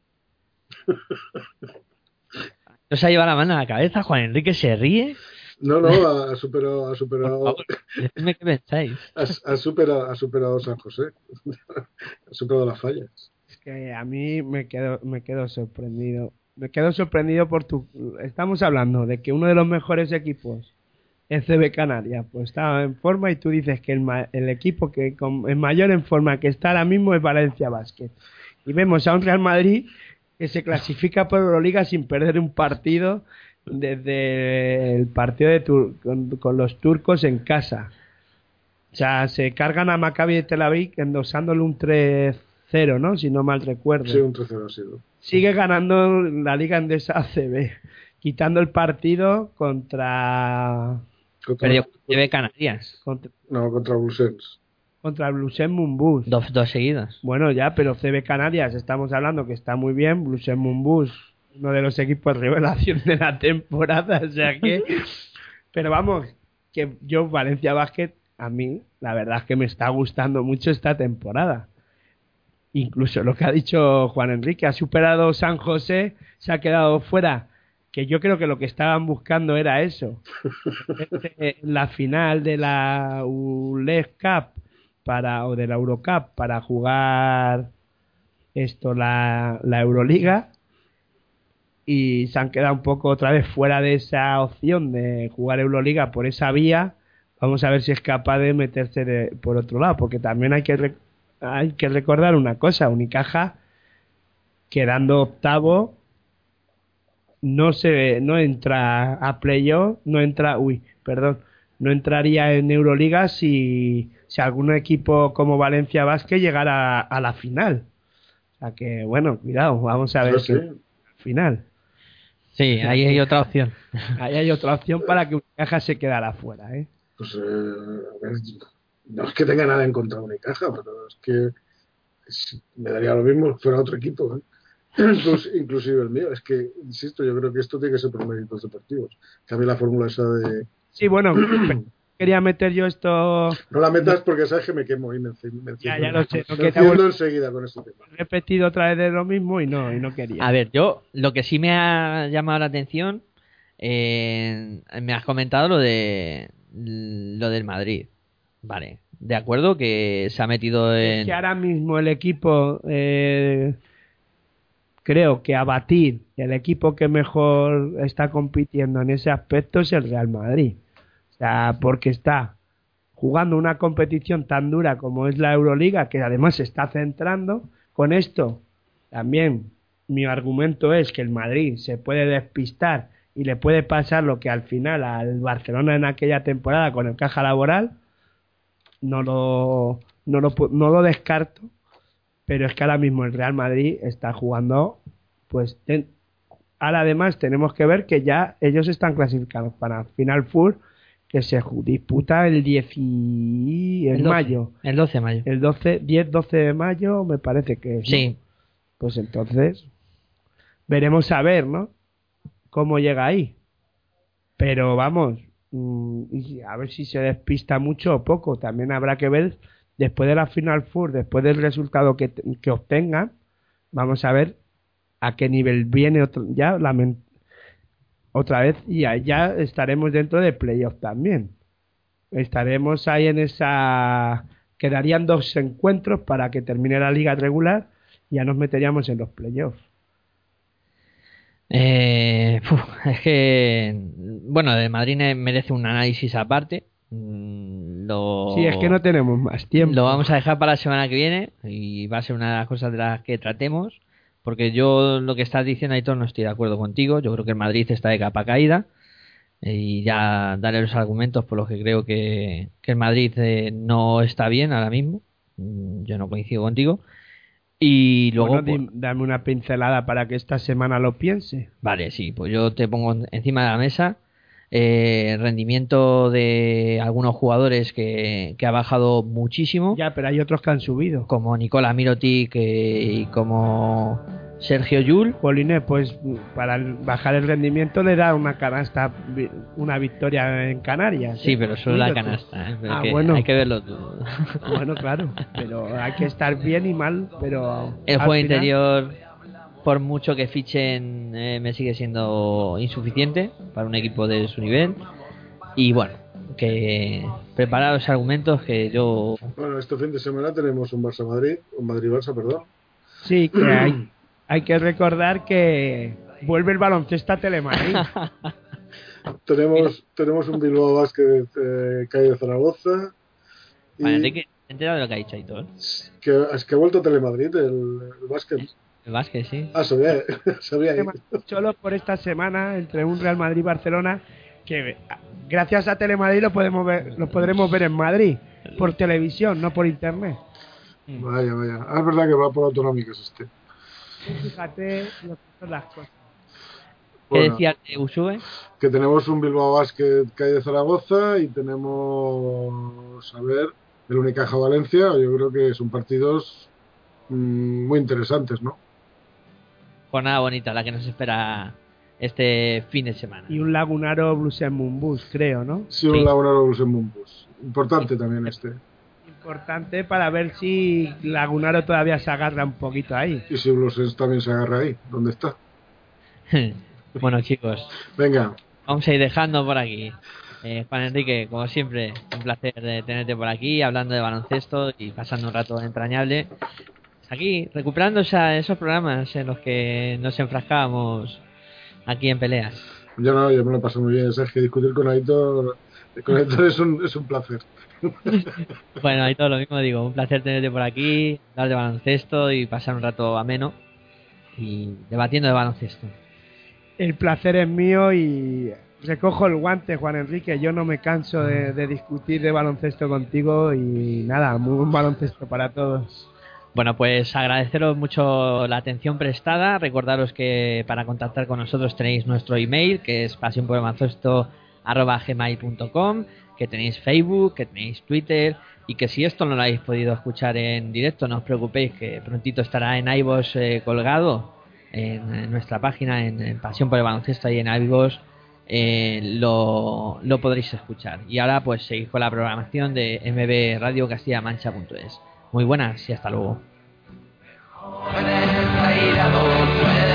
¿No se ha llevado la mano a la cabeza? Juan Enrique se ríe.
No, no, ha, ha superado, ha
Por
superado,
favor, decidme qué pensáis.
ha, ha superado, ha superado San José. Ha superado las fallas.
Es que a mí me quedo, me quedo sorprendido. Me quedo sorprendido por tu... Estamos hablando de que uno de los mejores equipos es C B Canarias, pues está en forma y tú dices que el, ma- el equipo que con, el mayor en forma que está ahora mismo es Valencia Basket. Y vemos a un Real Madrid que se clasifica por Euroliga sin perder un partido desde el partido de Tur- con, con los turcos en casa. O sea, se cargan a Maccabi de Tel Aviv endosándole un tres cero, ¿no? Si no mal recuerdo.
Sí, un tres cero ha sido.
Sigue ganando la Liga Endesa A C B, quitando el partido contra
Contra,
Perdió C B Canarias.
contra,
no, contra Blusens.
contra el Blusen Mumbus.
Dos, dos seguidas.
Bueno, ya, pero C B Canarias estamos hablando que está muy bien, Blusen Mumbus, uno de los equipos revelación de la temporada, o sea que... Pero vamos, que yo Valencia Basket, a mí, la verdad es que me está gustando mucho esta temporada. Incluso lo que ha dicho Juan Enrique, ha superado San José, se ha quedado fuera, que yo creo que lo que estaban buscando era eso. Este, la final de la U L E G Cup para, o de la Eurocup para jugar esto, la, la Euroliga, y se han quedado un poco otra vez fuera de esa opción de jugar Euroliga por esa vía. Vamos a ver si es capaz de meterse de, por otro lado, porque también hay que re- hay que recordar una cosa, Unicaja quedando octavo no se no entra a playoff, no entra, uy, perdón, no entraría en Euroliga si, si algún equipo como Valencia Basket llegara a, a la final. O sea que, bueno, cuidado, vamos a ver
Eso sí.
qué final.
Sí, ahí hay otra opción.
Ahí hay otra opción para que Unicaja se quedara fuera, ¿eh?
Pues, eh, a ver, no es que tenga nada en contra de Unicaja, pero es que es- me daría lo mismo si fuera otro equipo, ¿eh? Inclus- inclusive el mío. Es que, insisto, yo creo que esto tiene que ser por méritos deportivos. Que a mí la fórmula esa de...
Sí, bueno, quería meter yo esto
No la metas porque sabes que me quemo y me, enci- me
Ya,
enciendo,
ya lo sé, no
me
quería
enciendo
volver-
enseguida con este tema.
repetido otra vez de lo mismo y no, y no quería.
A ver, yo lo que sí me ha llamado la atención, eh, me has comentado lo de lo del Madrid. Vale, de acuerdo que se ha metido
Es
en...
que ahora mismo el equipo, eh, creo que a batir, el equipo que mejor está compitiendo en ese aspecto es el Real Madrid. O sea, porque está jugando una competición tan dura como es la Euroliga, que además se está centrando. Con esto, también mi argumento es que el Madrid se puede despistar y le puede pasar lo que al final al Barcelona en aquella temporada con el Caja Laboral. No lo, no lo, pu- no lo descarto, pero es que ahora mismo el Real Madrid está jugando, pues ten- ahora además tenemos que ver que ya ellos están clasificados para Final Four, que se ju- disputa el diez y- en
el doce,
mayo,
El doce de mayo.
el doce, diez doce de mayo me parece que es, ¿no?
Sí,
Pues entonces veremos a ver, ¿no? Cómo llega ahí. Pero vamos, mm, y a ver si se despista mucho o poco. También habrá que ver después de la Final Four, después del resultado que, que obtengan, vamos a ver a qué nivel viene otro, ya la, otra vez y ya, ya estaremos dentro de playoff también. Estaremos ahí en esa... Quedarían dos encuentros para que termine la liga regular y ya nos meteríamos en los playoffs.
Eh, uf, es que, bueno, de Madrid merece un análisis aparte. Lo,
sí, es que no tenemos más tiempo.
Lo vamos a dejar para la semana que viene y va a ser una de las cosas de las que tratemos. Porque yo lo que estás diciendo, Aitor, no estoy de acuerdo contigo. Yo creo que el Madrid está de capa caída. Y ya daré los argumentos por los que creo que, que el Madrid eh, no está bien ahora mismo. Yo no coincido contigo. Y luego
bueno, pues, dame una pincelada para que esta semana lo piense.
Vale, sí, pues yo te pongo encima de la mesa eh, el rendimiento de algunos jugadores que, que ha bajado muchísimo.
Ya, pero hay otros que han subido.
Como Nicola Mirotic eh, y como Sergio Llull.
Poliné, pues para bajar el rendimiento le da una canasta, una victoria en Canarias.
Sí, ¿eh? Pero solo la canasta. ¿eh?
Ah,
que
bueno.
Hay que verlo tú.
Bueno, claro, pero hay que estar bien y mal, pero...
El juego
final...
interior, por mucho que fichen, eh, me sigue siendo insuficiente para un equipo de su nivel. Y bueno, que preparar los argumentos que yo...
Bueno, este fin de semana tenemos un Barça-Madrid, un Madrid-Barça, perdón.
Sí, que hay... Hay que recordar que vuelve el baloncesto a Telemadrid.
tenemos tenemos un Bilbao Basket eh, calle de Zaragoza. Y
vale, ¿te he enterado de lo que ha dicho Aitor?
Que, es que ha vuelto a Telemadrid el, el básquet.
El básquet, sí.
Ah, sabía, sabía.
Solo por esta semana, entre un Real Madrid y Barcelona, que gracias a Telemadrid lo podemos ver, lo podremos ver en Madrid, por televisión, no por internet.
Vaya, vaya. Ah, es verdad que va por autonómicas este.
Fíjate lo que son las cosas.
¿Qué
Bueno,
decías de Usue?
que tenemos un Bilbao Basket calle de Zaragoza y tenemos, a ver, el Unicaja Valencia. Yo creo que son partidos mmm, muy interesantes, ¿no?
Jornada bonita la que nos espera este fin de semana.
Y un Lagunaro Blues en Mumbus, creo, ¿no?
Sí, un
Sí.
Lagunaro Blues en Mumbus. Importante sí. También este.
Importante para ver si Lagunaro todavía se agarra un poquito ahí.
Y si Blues también se agarra ahí. ¿Dónde está?
Bueno, chicos,
venga,
vamos a ir dejando por aquí. eh, Juan Enrique, como siempre, un placer de tenerte por aquí hablando de baloncesto y pasando un rato entrañable aquí, recuperando esa, esos programas en los que nos enfrascábamos aquí en peleas.
yo no, yo me lo paso muy bien. Sabes que discutir con Aitor, con Aitor es un, es un placer.
Bueno, ahí todo lo mismo digo, un placer tenerte por aquí, hablar de baloncesto y pasar un rato ameno y debatiendo de baloncesto.
El placer es mío y recojo el guante, Juan Enrique. Yo no me canso de, de discutir de baloncesto contigo y nada, muy buen baloncesto para todos.
Bueno, pues agradeceros mucho la atención prestada. Recordaros que para contactar con nosotros tenéis nuestro email, que es pasión por el baloncesto arroba gmail punto com, que tenéis Facebook, que tenéis Twitter, y que si esto no lo habéis podido escuchar en directo, no os preocupéis, que prontito estará en iVoox eh, colgado en, en nuestra página, en, en Pasión por el Baloncesto, y en iVoox eh, lo, lo podréis escuchar. Y ahora pues seguís con la programación de M B Radio Castilla Mancha punto es. Muy buenas y hasta luego.
Puedes ir a dos,